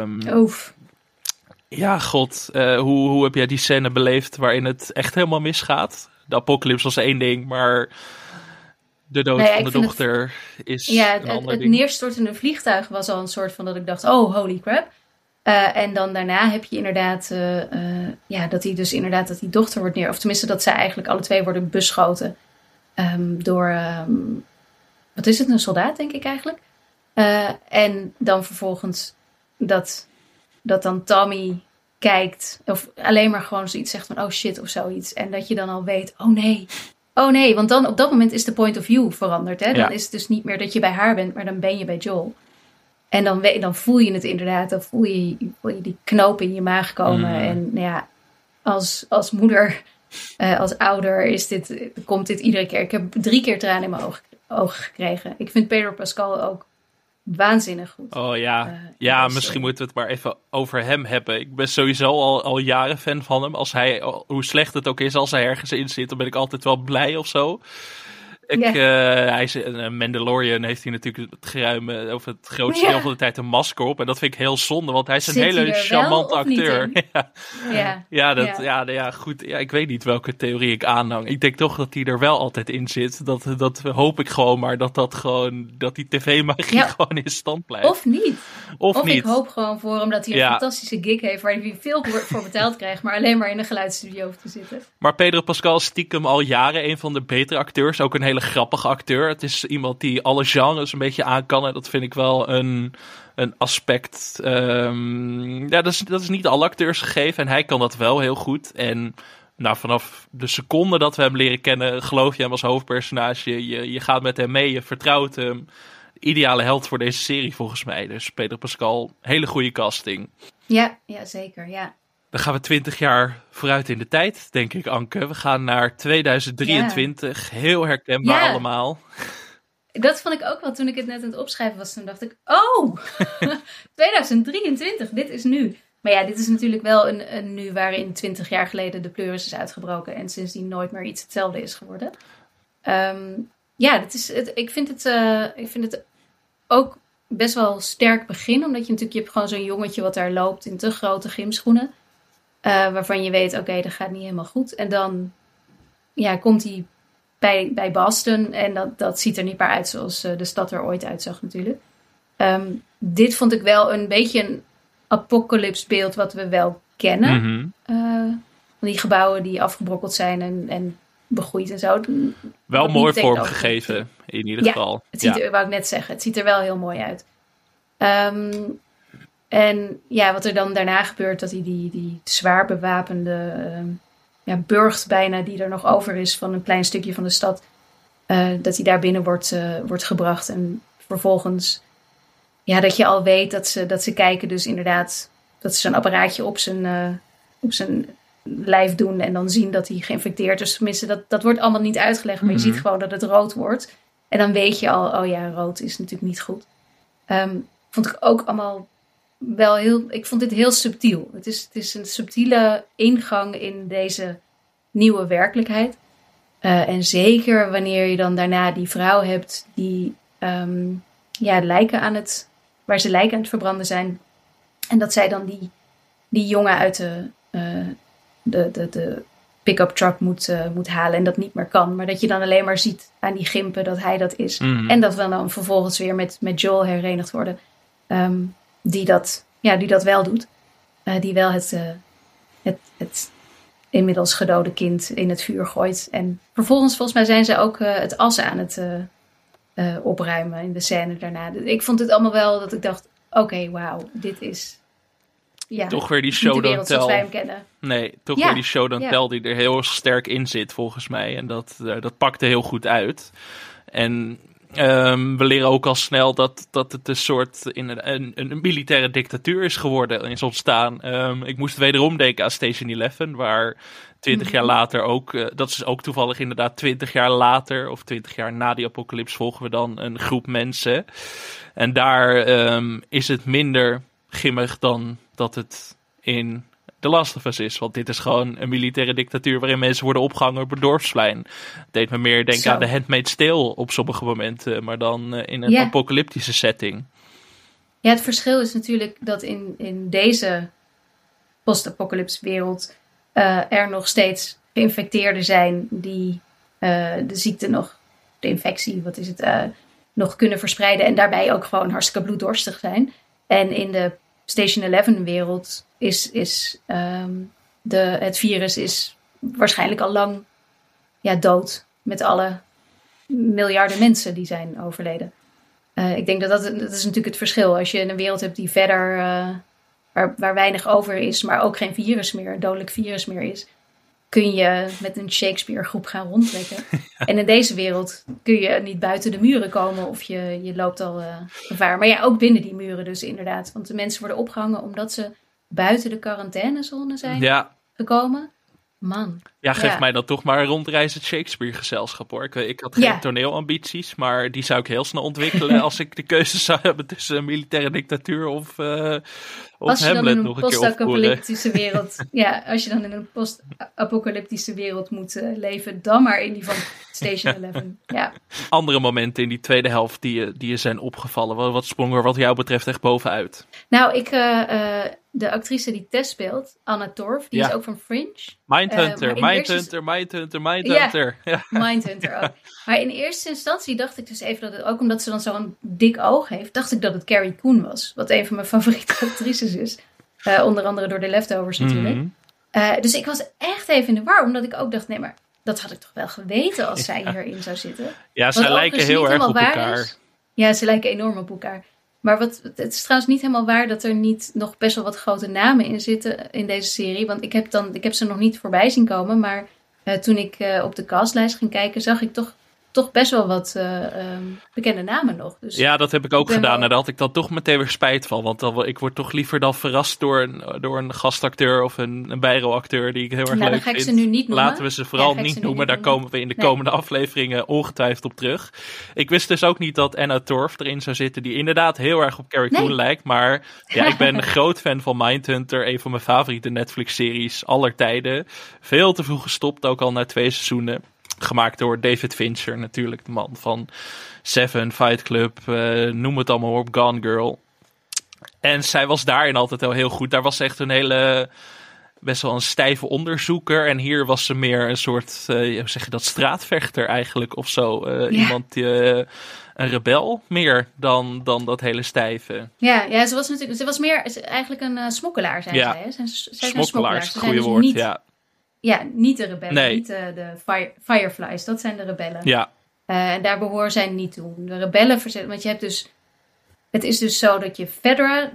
Ja, god. Hoe heb jij die scène beleefd waarin het echt helemaal misgaat? De apocalypse was 1 ding, maar de dood van de dochter is een ander ding. Het neerstortende vliegtuig was al een soort van dat ik dacht, oh, holy crap. En dan daarna heb je inderdaad, dat die dochter wordt of tenminste dat zij eigenlijk alle 2 worden beschoten door, wat is het, een soldaat denk ik eigenlijk. En dan vervolgens dat dan Tommy kijkt, of alleen maar gewoon zoiets zegt van, oh shit of zoiets. En dat je dan al weet, oh nee, want dan op dat moment is de point of view veranderd. Hè? Dan is het dus niet meer dat je bij haar bent, maar dan ben je bij Joel. En dan voel je het inderdaad, dan voel je die knoop in je maag komen. En als moeder, als ouder komt dit iedere keer. Ik heb 3 keer tranen in mijn ogen gekregen. Ik vind Pedro Pascal ook waanzinnig goed. Oh ja, misschien moeten we het maar even over hem hebben. Ik ben sowieso al jaren fan van hem. Hoe slecht het ook is, als hij ergens in zit, dan ben ik altijd wel blij of zo. Hij is een Mandalorian, heeft hij natuurlijk het geruime, of het grootste deel van de tijd een masker op. En dat vind ik heel zonde, want hij is een hele charmante acteur. Goed. Ja, ik weet niet welke theorie ik aanhang. Ik denk toch dat hij er wel altijd in zit. Dat hoop ik gewoon maar dat die tv-magie gewoon in stand blijft. Of niet. Of niet. Ik hoop gewoon voor hem dat hij een fantastische gig heeft waar hij veel voor betaald krijgt, maar alleen maar in een geluidsstudio hoeft te zitten. Maar Pedro Pascal is stiekem al jaren een van de betere acteurs. Ook een hele grappige acteur. Het is iemand die alle genres een beetje aan kan. En dat vind ik wel een aspect. Dat is niet alle acteurs gegeven. En hij kan dat wel heel goed. En vanaf de seconde dat we hem leren kennen, geloof je hem als hoofdpersonage. Je gaat met hem mee, je vertrouwt hem. Ideale held voor deze serie volgens mij. Dus Pedro Pascal, hele goede casting. Ja, zeker, ja. Dan gaan we 20 jaar vooruit in de tijd, denk ik, Anke. We gaan naar 2023. Ja. Heel herkenbaar allemaal. Dat vond ik ook wel toen ik het net aan het opschrijven was. Toen dacht ik, 2023, dit is nu. Maar ja, dit is natuurlijk wel een nu waarin 20 jaar geleden de pleuris is uitgebroken. En sindsdien nooit meer iets hetzelfde is geworden. Ik vind het ook best wel sterk begin. Omdat je hebt gewoon zo'n jongetje wat daar loopt in te grote gymschoenen. Waarvan je weet, oké, dat gaat niet helemaal goed. En dan komt hij bij Boston. En dat ziet er niet meer uit zoals de stad er ooit uitzag natuurlijk. Dit vond ik wel een beetje een apocalypse-beeld wat we wel kennen. Mm-hmm. Die gebouwen die afgebrokkeld zijn en begroeid en zo. Wel mooi vormgegeven, in ieder geval. Het ziet er, wou ik net zeggen, het ziet er wel heel mooi uit. En wat er dan daarna gebeurt, dat hij die zwaar bewapende burcht bijna, die er nog over is van een klein stukje van de stad, dat hij daar binnen wordt gebracht. En vervolgens, dat je al weet dat ze kijken, dus inderdaad, dat ze zo'n apparaatje op zijn lijf doen en dan zien dat hij geïnfecteerd is. Tenminste, dat wordt allemaal niet uitgelegd, maar je ziet gewoon dat het rood wordt. En dan weet je al, rood is natuurlijk niet goed. Vond ik ook allemaal wel ik vond dit heel subtiel. Het is een subtiele ingang in deze nieuwe werkelijkheid. En zeker wanneer je dan daarna die vrouw hebt die waar ze lijken aan het verbranden zijn. En dat zij dan die jongen uit de pick-up truck moet halen en dat niet meer kan. Maar dat je dan alleen maar ziet aan die gimpen dat hij dat is. Mm. En dat we dan vervolgens weer met Joel herenigd worden. Die dat wel doet. Die wel het inmiddels gedode kind in het vuur gooit. En vervolgens volgens mij zijn ze ook het as aan het opruimen in de scène daarna. Ik vond het allemaal wel dat ik dacht, oké, wauw, dit is toch weer die show don't tell. Wij hem kennen. Nee, toch weer die show don't tell die er heel sterk in zit volgens mij. En dat pakte heel goed uit. En we leren ook al snel dat het een soort een militaire dictatuur is geworden, is ontstaan. Ik moest wederom denken aan Station 11, waar 20 jaar later ook, dat is ook toevallig inderdaad 20 jaar later, of 20 jaar na die apocalyps, volgen we dan een groep mensen. En daar is het minder grimmig dan dat het in The Last of Us is. Want dit is gewoon een militaire dictatuur waarin mensen worden opgehangen op het dorpsplein. Het deed me meer denken aan The Handmaid's Tale op sommige momenten, maar dan in een apocalyptische setting. Ja, het verschil is natuurlijk dat in deze post-apocalypse wereld er nog steeds geïnfecteerden zijn die de ziekte nog, de infectie, nog kunnen verspreiden en daarbij ook gewoon hartstikke bloeddorstig zijn. En in de Station 11 wereld is het virus is waarschijnlijk al lang dood met alle miljarden mensen die zijn overleden. Ik denk dat is natuurlijk het verschil. Als je een wereld hebt die verder waar weinig over is, maar ook geen virus meer, een dodelijk virus meer is, kun je met een Shakespeare groep gaan rondtrekken. Ja. En in deze wereld kun je niet buiten de muren komen of je loopt al gevaar. Maar ook binnen die muren dus inderdaad. Want de mensen worden opgehangen omdat ze buiten de quarantainezone zijn gekomen. Man. Ja, geef mij dan toch maar een rondreizend Shakespeare-gezelschap, hoor. Ik had geen toneelambities, maar die zou ik heel snel ontwikkelen als ik de keuze zou hebben tussen een militaire dictatuur of Hamlet nog een keer opvoeren. Als je dan in een post-apocalyptische wereld moet leven, dan maar in die van Station 11. Ja. Andere momenten in die tweede helft die je zijn opgevallen. Wat sprong er wat jou betreft echt bovenuit? Nou, de actrice die Tess speelt, Anna Torv, die is ook van Fringe. Mindhunter. Ja, Mindhunter ook. Maar in eerste instantie dacht ik dus even dat het, ook omdat ze dan zo'n dik oog heeft, dacht ik dat het Carrie Coon was. Wat een van mijn favoriete actrices is. Onder andere door de Leftovers natuurlijk. Dus ik was echt even in de war, omdat ik ook dacht, nee, maar dat had ik toch wel geweten als zij hierin zou zitten. Ja, zij lijken heel erg op elkaar. Ja, ze lijken enorm op elkaar. Maar het is trouwens niet helemaal waar dat er niet nog best wel wat grote namen in zitten in deze serie. Want ik heb ze nog niet voorbij zien komen. Maar toen ik op de castlijst ging kijken, zag ik toch best wel wat bekende namen nog. Dus ja, dat heb ik ook gedaan. En daar had ik dan toch meteen weer spijt van. Want ik word toch liever dan verrast door een gastacteur of een bijrolacteur die ik heel erg leuk vind. Dan ga ik ze nu niet noemen. Laten we ze vooral niet noemen. Daar komen we in de komende afleveringen ongetwijfeld op terug. Ik wist dus ook niet dat Anna Torv erin zou zitten, die inderdaad heel erg op Carrie Coon lijkt. Maar ja, ik ben een groot fan van Mindhunter. Een van mijn favoriete Netflix-series aller tijden. Veel te vroeg gestopt, ook al na 2 seizoenen. Gemaakt door David Fincher, natuurlijk de man van Seven, Fight Club, noem het allemaal op, Gone Girl. En zij was daarin altijd wel heel goed. Daar was ze echt best wel een stijve onderzoeker. En hier was ze meer een soort, hoe zeg je dat, straatvechter eigenlijk of zo. Iemand, een rebel meer dan dat hele stijve. Ja, ze was meer eigenlijk een smokkelaar, zei zij. Hè? Smokkelaar is het goede woord, niet, ja. Ja, niet de rebellen, niet de Fireflies, dat zijn de rebellen. Ja. En daar behoren zij niet toe. De rebellen verzetten, want je hebt dus, het is dus zo dat je Fedra,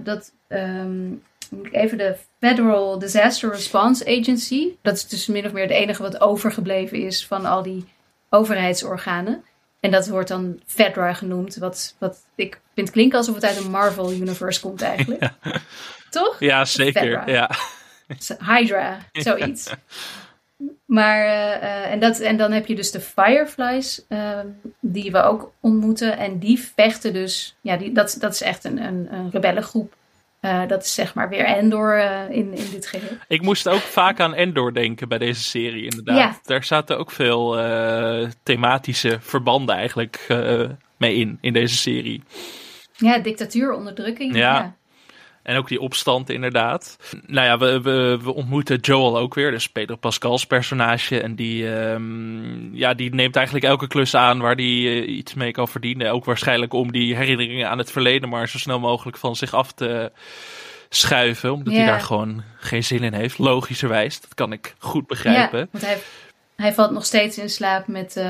even de Federal Disaster Response Agency, dat is dus min of meer het enige wat overgebleven is van al die overheidsorganen. En dat wordt dan Fedra genoemd, wat ik vind klinken alsof het uit een Marvel universe komt eigenlijk. Ja. Toch? Ja, zeker. Fedra. Ja. Hydra, zoiets. Maar, en dan heb je dus de Fireflies, die we ook ontmoeten. En die vechten dus, ja, dat is echt een rebellengroep. Dat is zeg maar weer Endor in dit geheel. Ik moest ook vaak aan Endor denken bij deze serie, inderdaad. Ja. Daar zaten ook veel thematische verbanden eigenlijk mee in deze serie. Ja, dictatuur, onderdrukking. Ja. En ook die opstand inderdaad. Nou ja, we ontmoeten Joel ook weer. Dus Pedro Pascal's personage. En die neemt eigenlijk elke klus aan waar die iets mee kan verdienen. Ook waarschijnlijk om die herinneringen aan het verleden maar zo snel mogelijk van zich af te schuiven. Omdat hij daar gewoon geen zin in heeft. Logischerwijs. Dat kan ik goed begrijpen. Ja, want hij valt nog steeds in slaap met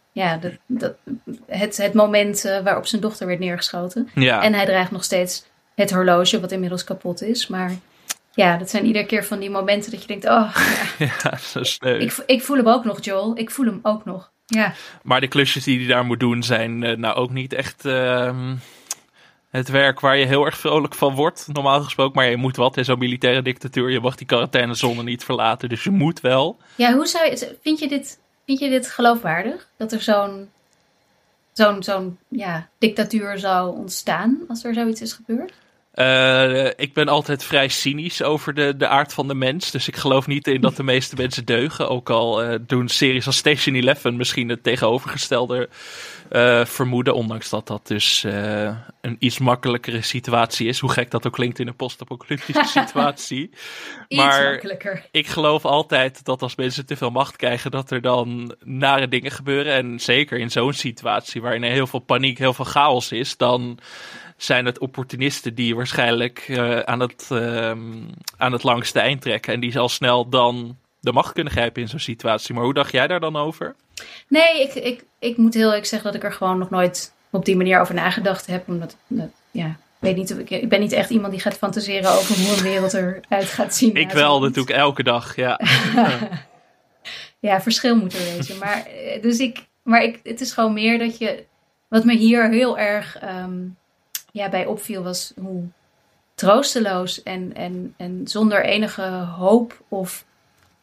het moment waarop zijn dochter werd neergeschoten. Ja. En hij draagt nog steeds het horloge, wat inmiddels kapot is. Maar ja, dat zijn iedere keer van die momenten dat je denkt, oh, ja, zo sneu. Ik voel hem ook nog, Joel. Ik voel hem ook nog. Ja. Maar de klusjes die hij daar moet doen zijn nou ook niet echt het werk waar je heel erg vrolijk van wordt, normaal gesproken. Maar je moet wat in zo'n militaire dictatuur. Je mag die quarantainezone niet verlaten, dus je moet wel. Ja, hoe zou je, vind je dit geloofwaardig? Dat er zo'n dictatuur zou ontstaan als er zoiets is gebeurd? Ik ben altijd vrij cynisch over de aard van de mens. Dus ik geloof niet in dat de meeste mensen deugen. Ook al doen series als Station 11 misschien het tegenovergestelde vermoeden. Ondanks dat dus een iets makkelijkere situatie is. Hoe gek dat ook klinkt in een post-apocalyptische situatie. Maar makkelijker. Ik geloof altijd dat als mensen te veel macht krijgen, dat er dan nare dingen gebeuren. En zeker in zo'n situatie waarin er heel veel paniek, heel veel chaos is, dan zijn het opportunisten die waarschijnlijk aan het langste eind trekken. En die zal snel dan de macht kunnen grijpen in zo'n situatie. Maar hoe dacht jij daar dan over? Nee, ik moet heel eerlijk zeggen dat ik er gewoon nog nooit op die manier over nagedacht heb. Omdat, ik ben niet echt iemand die gaat fantaseren over hoe een wereld eruit gaat zien. Ik wel, dat doe ik elke dag, ja. Ja, verschil moet er wezen. Maar het is gewoon meer dat je, wat me hier heel erg bij opviel, was hoe troosteloos en zonder enige hoop of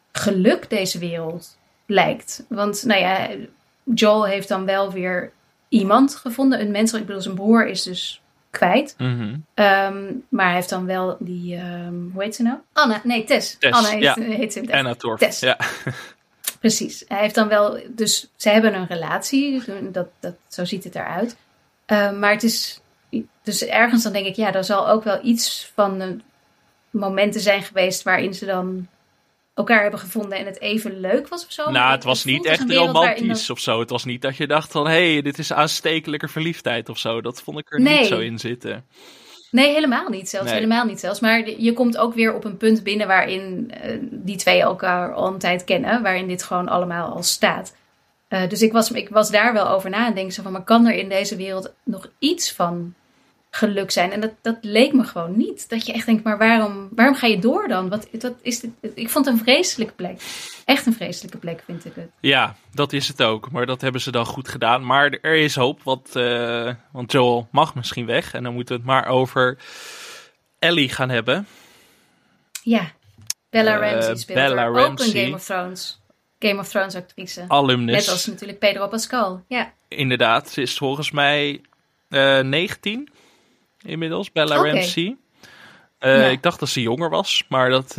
geluk deze wereld lijkt. Want nou ja, Joel heeft dan wel weer iemand gevonden. Een mens, ik bedoel, zijn broer is dus kwijt. Mhm. Maar hij heeft dan wel die, hoe heet ze nou? Anna, nee, Tess. Anna heet ze. Anna Torv, Tess. ja. Precies. Hij heeft dan wel, dus ze hebben een relatie. Zo ziet het eruit. Maar het is, dus ergens dan denk ik, ja, er zal ook wel iets van momenten zijn geweest waarin ze dan elkaar hebben gevonden en het even leuk was of zo. Nou, het was niet echt romantisch of zo. Het was niet dat je dacht van, hé, dit is aanstekelijke verliefdheid of zo. Dat vond ik er niet zo in zitten. Nee, helemaal niet zelfs. Helemaal niet zelfs. Maar je komt ook weer op een punt binnen waarin die twee elkaar al een tijd kennen. Waarin dit gewoon allemaal al staat. Dus ik was daar wel over na en denk zo van, maar kan er in deze wereld nog iets van geluk zijn? En dat leek me gewoon niet. Dat je echt denkt, maar waarom ga je door dan? Wat is dit? Ik vond het een vreselijke plek. Echt een vreselijke plek, vind ik het. Ja, dat is het ook. Maar dat hebben ze dan goed gedaan. Maar er is hoop, want Joel mag misschien weg. En dan moeten we het maar over Ellie gaan hebben. Ja, Bella Ramsey speelt Bella er. Ramsey. Ook een Game of Thrones actrice. Alumnus. Net als natuurlijk Pedro Pascal. Ja. Inderdaad, ze is volgens mij 19 inmiddels, Bella Ramsey. Ik dacht dat ze jonger was, maar dat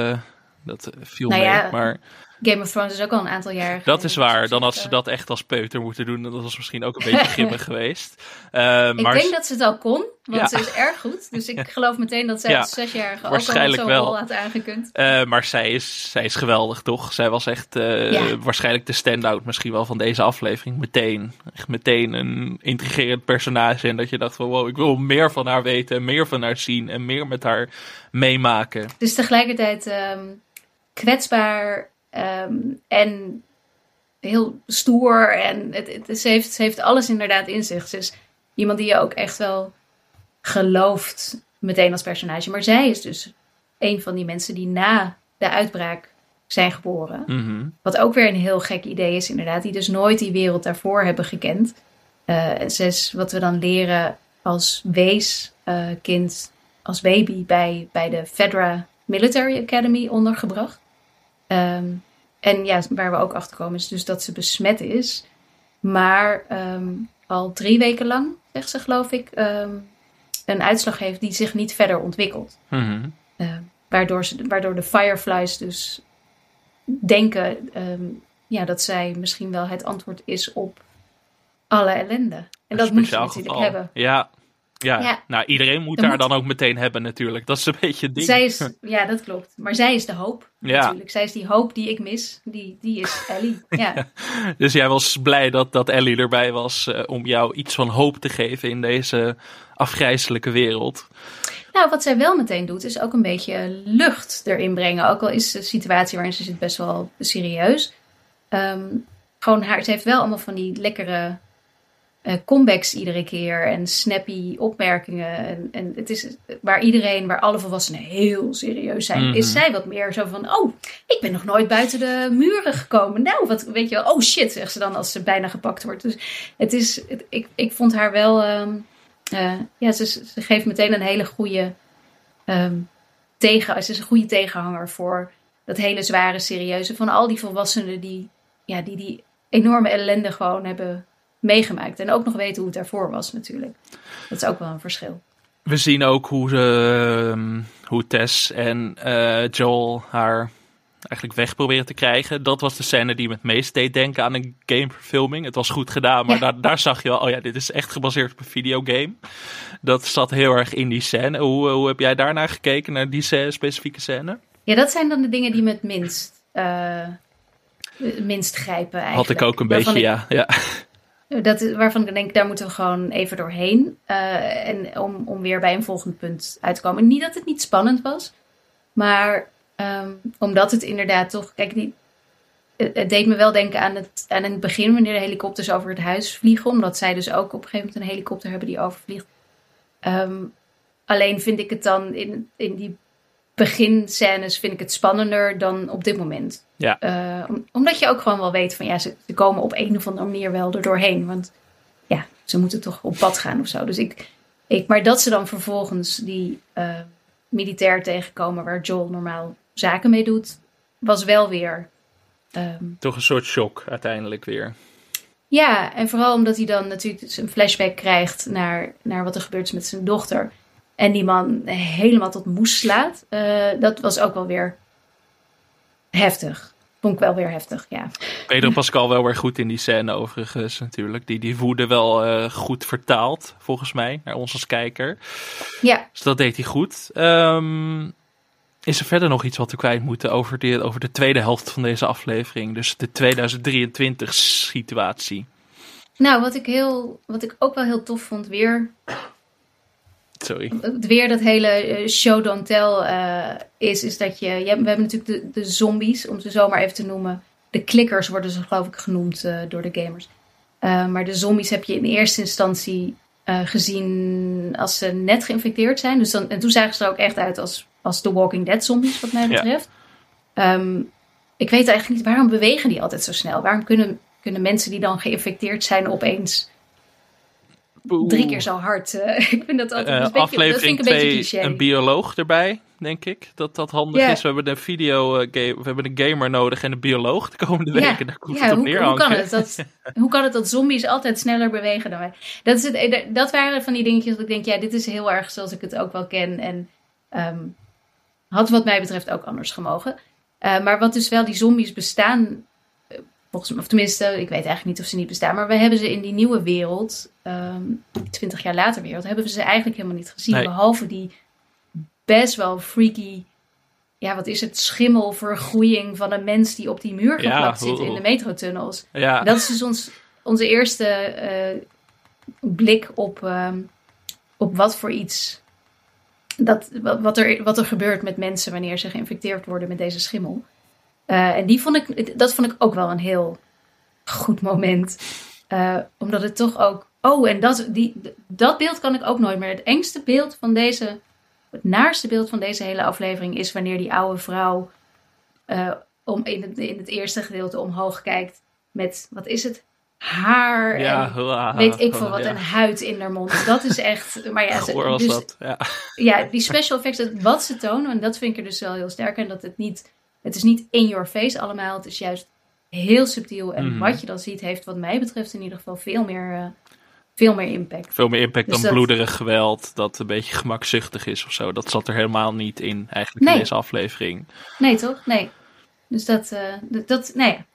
viel mee. Ja, maar Game of Thrones is ook al een aantal jaar geleden. Dat is waar. Dan had ze dat echt als peuter moeten doen. Dat was misschien ook een beetje grimmig geweest. Ik denk dat ze het al kon, want ze is erg goed. Dus ik geloof meteen dat zij als 6-jarige ook al zo'n rol had aangekund. Maar zij is geweldig, toch? Zij was echt waarschijnlijk de stand-out misschien wel van deze aflevering. Meteen een intrigerend personage. En dat je dacht van, wow, ik wil meer van haar weten. En meer van haar zien. En meer met haar meemaken. Dus tegelijkertijd kwetsbaar en heel stoer. En ze heeft alles inderdaad in zich. Ze is iemand die je ook echt wel gelooft meteen als personage. Maar zij is dus een van die mensen die na de uitbraak zijn geboren. Mm-hmm. Wat ook weer een heel gek idee is inderdaad. Die dus nooit die wereld daarvoor hebben gekend. Ze is wat we dan leren als weeskind, als baby bij de Fedra Military Academy ondergebracht. En ja, waar we ook achter komen is dus dat ze besmet is. Maar al 3 weken lang, zegt ze geloof ik, een uitslag heeft die zich niet verder ontwikkelt. Mm-hmm. Waardoor de Fireflies dus denken dat zij misschien wel het antwoord is op alle ellende. En dat moet ze natuurlijk hebben. Ja, nou iedereen moet daar dan ook meteen hebben natuurlijk. Dat is een beetje het ding. Ja, dat klopt. Maar zij is de hoop natuurlijk. Zij is die hoop die ik mis. Die is Ellie. Ja. Dus jij was blij dat Ellie erbij was om jou iets van hoop te geven in deze afgrijselijke wereld. Nou, wat zij wel meteen doet is ook een beetje lucht erin brengen. Ook al is de situatie waarin ze zit best wel serieus. Ze heeft wel allemaal van die lekkere comebacks iedere keer en snappy opmerkingen. En het is waar alle volwassenen heel serieus zijn, mm-hmm. Is zij wat meer zo van, oh, ik ben nog nooit buiten de muren gekomen. Nou, wat weet je wel, oh shit, zegt ze dan als ze bijna gepakt wordt. Dus ik vond haar wel, ze geeft meteen een hele goede ze is een goede tegenhanger voor dat hele zware, serieuze van al die volwassenen die enorme ellende gewoon hebben meegemaakt. En ook nog weten hoe het daarvoor was natuurlijk. Dat is ook wel een verschil. We zien ook hoe Tess en Joel haar eigenlijk weg proberen te krijgen. Dat was de scène die me het meest deed denken aan een gameverfilming. Het was goed gedaan, maar daar zag je wel, dit is echt gebaseerd op een videogame. Dat zat heel erg in die scène. Hoe heb jij daarnaar gekeken, naar die specifieke scène? Ja, dat zijn dan de dingen die me het minst grijpen eigenlijk. Had ik ook een beetje, ja. Waarvan ik denk, daar moeten we gewoon even doorheen. En om weer bij een volgend punt uit te komen. Niet dat het niet spannend was. Maar omdat het inderdaad toch... Kijk, het deed me wel denken aan het begin... wanneer de helikopters over het huis vliegen. Omdat zij dus ook op een gegeven moment een helikopter hebben die overvliegt. Alleen vind ik het dan in die beginscènes vind ik het spannender dan op dit moment. Ja. Omdat je ook gewoon wel weet van ze komen op een of andere manier wel er doorheen. Want ja, ze moeten toch op pad gaan of zo. Dus maar dat ze dan vervolgens die militair tegenkomen waar Joel normaal zaken mee doet. was wel weer... Toch een soort shock uiteindelijk weer. Ja, en vooral omdat hij dan natuurlijk dus een flashback krijgt naar wat er gebeurt met zijn dochter. En die man helemaal tot moes slaat. Dat was ook wel weer heftig. Vond ik wel weer heftig, ja. Pedro Pascal wel weer goed in die scène overigens natuurlijk. Die woede wel goed vertaald, volgens mij, naar ons als kijker. Ja. Dus dat deed hij goed. Is er verder nog iets wat we kwijt moeten over de tweede helft van deze aflevering? Dus de 2023 situatie. Nou, wat ik ook wel heel tof vond weer... Sorry. Weer dat hele show don't tell is dat we hebben natuurlijk de zombies, om ze zo maar even te noemen. De klikkers worden ze geloof ik genoemd door de gamers. Maar de zombies heb je in eerste instantie gezien als ze net geïnfecteerd zijn. Dus en toen zagen ze er ook echt uit als The Walking Dead zombies, wat mij betreft. Ja. Ik weet eigenlijk niet, waarom bewegen die altijd zo snel? Waarom kunnen mensen die dan geïnfecteerd zijn opeens 3 keer zo hard? Ik vind dat altijd een beetje, aflevering dat vind ik een beetje cliché. Een bioloog erbij, denk ik, dat handig is. We hebben we hebben een gamer nodig en een bioloog de komende weken. Daar komt het op neer. Hoe kan het dat zombies altijd sneller bewegen dan wij? Dat waren van die dingetjes dat ik denk, ja, dit is heel erg zoals ik het ook wel ken. En had wat mij betreft ook anders gemogen. Maar wat dus wel, die zombies bestaan, volgens mij, of tenminste, ik weet eigenlijk niet of ze niet bestaan, maar we hebben ze in die nieuwe wereld, 20 jaar later wereld, hebben we ze eigenlijk helemaal niet gezien. Nee. Behalve die best wel freaky, ja, wat is het, schimmelvergroeiing van een mens die op die muur geplakt zit in de metrotunnels. Ja. Dat is dus onze eerste blik op wat voor iets, wat er gebeurt met mensen wanneer ze geïnfecteerd worden met deze schimmel. En dat vond ik ook wel een heel goed moment. Omdat het toch ook... en dat beeld kan ik ook nooit meer. Het engste beeld van het naarste beeld van deze hele aflevering is wanneer die oude vrouw in het eerste gedeelte omhoog kijkt met, wat is het? Haar en weet ik veel wat, een huid in haar mond. Dat is echt... Maar ja, goor was dat. Ja, die special effects, wat ze tonen, en dat vind ik er dus wel heel sterk. En dat het is niet in your face allemaal. Het is juist heel subtiel. En wat je dan ziet, heeft wat mij betreft in ieder geval veel meer impact. Veel meer impact dan bloederig geweld. Dat een beetje gemakzuchtig is of zo. Dat zat er helemaal niet in eigenlijk in deze aflevering. Nee, toch? Nee. Dus nou ja.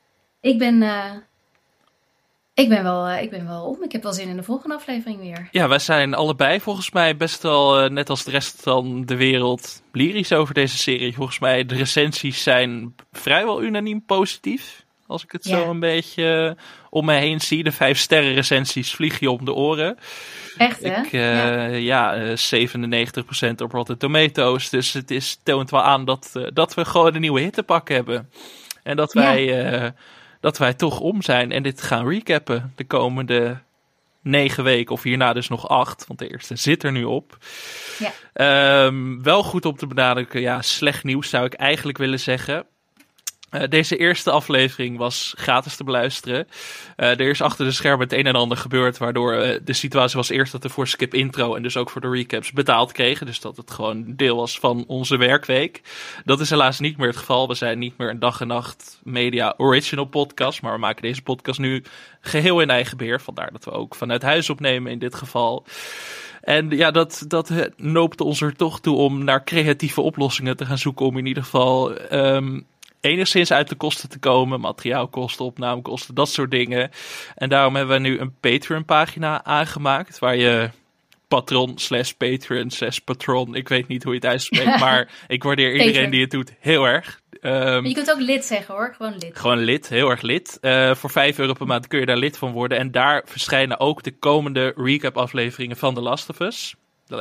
Ik ben wel om. Ik heb wel zin in de volgende aflevering weer. Ja, wij zijn allebei volgens mij best wel, net als de rest van de wereld, lyrisch over deze serie. Volgens mij, de recensies zijn vrijwel unaniem positief. Als ik het zo een beetje om me heen zie. De 5-sterren recensies vliegen je om de oren. Echt, hè? 97% op Rotten Tomatoes. Dus het toont wel aan dat we gewoon een nieuwe hit te pakken hebben. En dat wij toch om zijn en dit gaan recappen de komende 9 weken. Of hierna dus nog 8, want de eerste zit er nu op. Ja. Wel goed om te benadrukken, slecht nieuws zou ik eigenlijk willen zeggen. Deze eerste aflevering was gratis te beluisteren. Er is achter de schermen het een en ander gebeurd, waardoor de situatie was eerst dat we voor Skip Intro en dus ook voor de recaps betaald kregen. Dus dat het gewoon deel was van onze werkweek. Dat is helaas niet meer het geval. We zijn niet meer een dag en nacht media original podcast, maar we maken deze podcast nu geheel in eigen beheer. Vandaar dat we ook vanuit huis opnemen in dit geval. En ja, dat noopte ons er toch toe om naar creatieve oplossingen te gaan zoeken om in ieder geval enigszins uit de kosten te komen. Materiaalkosten, opnamekosten, dat soort dingen. En daarom hebben we nu een Patreon-pagina aangemaakt, waar je patron/patron/patron, ik weet niet hoe je het uitspreekt, maar ik waardeer iedereen die het doet heel erg. Je kunt ook lid zeggen hoor, gewoon lid. Gewoon lid, heel erg lid. Voor €5 per maand kun je daar lid van worden. En daar verschijnen ook de komende recap afleveringen van The Last of Us.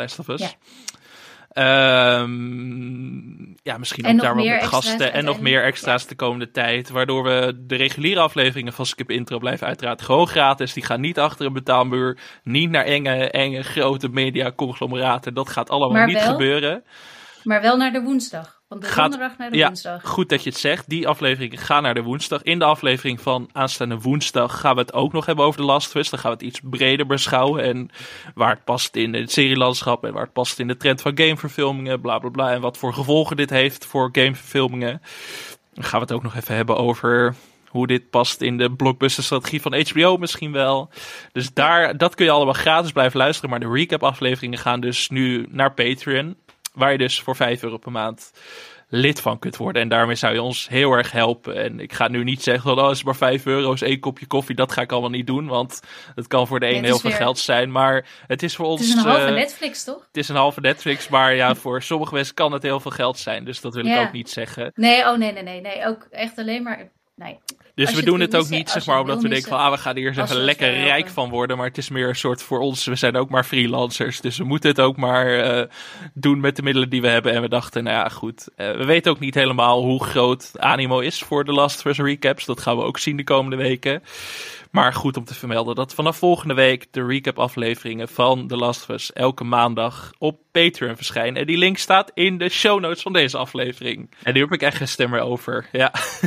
Misschien ook daar wel met gasten en nog meer extra's de komende tijd. Waardoor we de reguliere afleveringen van Skip Intro blijven uiteraard gewoon gratis. Die gaan niet achter een betaalmuur. Niet naar enge grote media-conglomeraten. Dat gaat allemaal niet gebeuren. Maar wel naar de woensdag. Van de donderdag naar de woensdag. Goed dat je het zegt. Die afleveringen gaan naar de woensdag. In de aflevering van aanstaande woensdag gaan we het ook nog hebben over The Last of Us. Dan gaan we het iets breder beschouwen. En waar het past in het serielandschap. En waar het past in de trend van gameverfilmingen. Bla bla bla. En wat voor gevolgen dit heeft voor gameverfilmingen. Dan gaan we het ook nog even hebben over hoe dit past in de blockbuster-strategie van HBO misschien wel. Dus dat kun je allemaal gratis blijven luisteren. Maar de recap-afleveringen gaan dus nu naar Patreon. Waar je dus voor €5 per maand lid van kunt worden. En daarmee zou je ons heel erg helpen. En ik ga nu niet zeggen, het is maar €5, is 1 kopje koffie. Dat ga ik allemaal niet doen, want het kan voor de een heel veel geld zijn. Maar het is voor ons... Het is een halve Netflix, toch? Het is een halve Netflix, maar ja, voor sommige mensen kan het heel veel geld zijn. Dus dat wil ik ook niet zeggen. Nee, nee. Ook echt alleen maar... Nee. Dus we doen het ook niet, zeg maar, omdat we denken van, we gaan hier eens even lekker rijk van worden. Maar het is meer een soort voor ons, we zijn ook maar freelancers. Dus we moeten het ook maar doen met de middelen die we hebben. En we dachten, nou ja, goed. We weten ook niet helemaal hoe groot animo is voor de Last of Us recaps. Dat gaan we ook zien de komende weken. Maar goed om te vermelden dat vanaf volgende week de recap afleveringen van The Last of Us elke maandag op Patreon verschijnen. En die link staat in de show notes van deze aflevering. En nu heb ik echt geen stem meer over. Ja.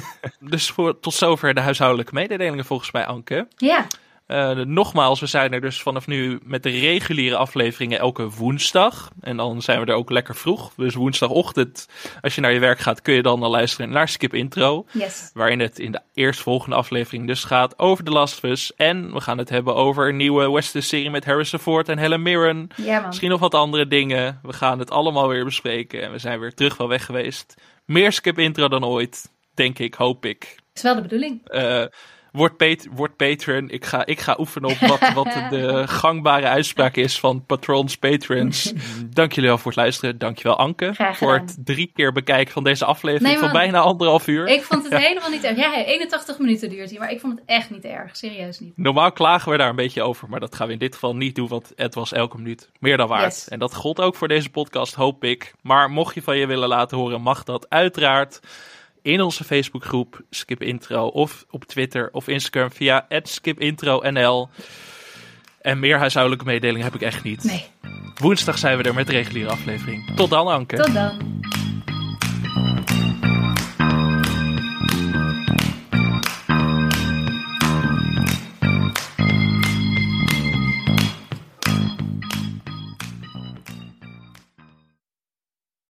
Dus tot zover de huishoudelijke mededelingen volgens mij, Anke. Ja. Nogmaals, we zijn er dus vanaf nu met de reguliere afleveringen elke woensdag. En dan zijn we er ook lekker vroeg. Dus woensdagochtend, als je naar je werk gaat, kun je dan al luisteren naar Skip Intro. Yes. Waarin het in de eerstvolgende aflevering dus gaat over The Last of Us. En we gaan het hebben over een nieuwe western-serie met Harrison Ford en Helen Mirren. Ja, man. Misschien nog wat andere dingen. We gaan het allemaal weer bespreken. En we zijn weer terug wel weg geweest. Meer Skip Intro dan ooit, denk ik, hoop ik. Dat is wel de bedoeling. Word patron. Ik ga oefenen op wat de gangbare uitspraak is van patrons, patrons. Dank jullie wel voor het luisteren. Dankjewel Anke voor het 3 keer bekijken van deze aflevering van bijna 1,5 uur. Ik vond het helemaal niet erg. Ja, 81 minuten duurt hij, maar ik vond het echt niet erg. Serieus niet. Normaal klagen we daar een beetje over, maar dat gaan we in dit geval niet doen, want het was elke minuut meer dan waard. Yes. En dat gold ook voor deze podcast, hoop ik. Maar mocht je van je willen laten horen, mag dat uiteraard in onze Facebookgroep Skip Intro of op Twitter of Instagram via @skipintronl. En meer huishoudelijke mededelingen heb ik echt niet. Nee. Woensdag zijn we er met de reguliere aflevering. Tot dan, Anke. Tot dan.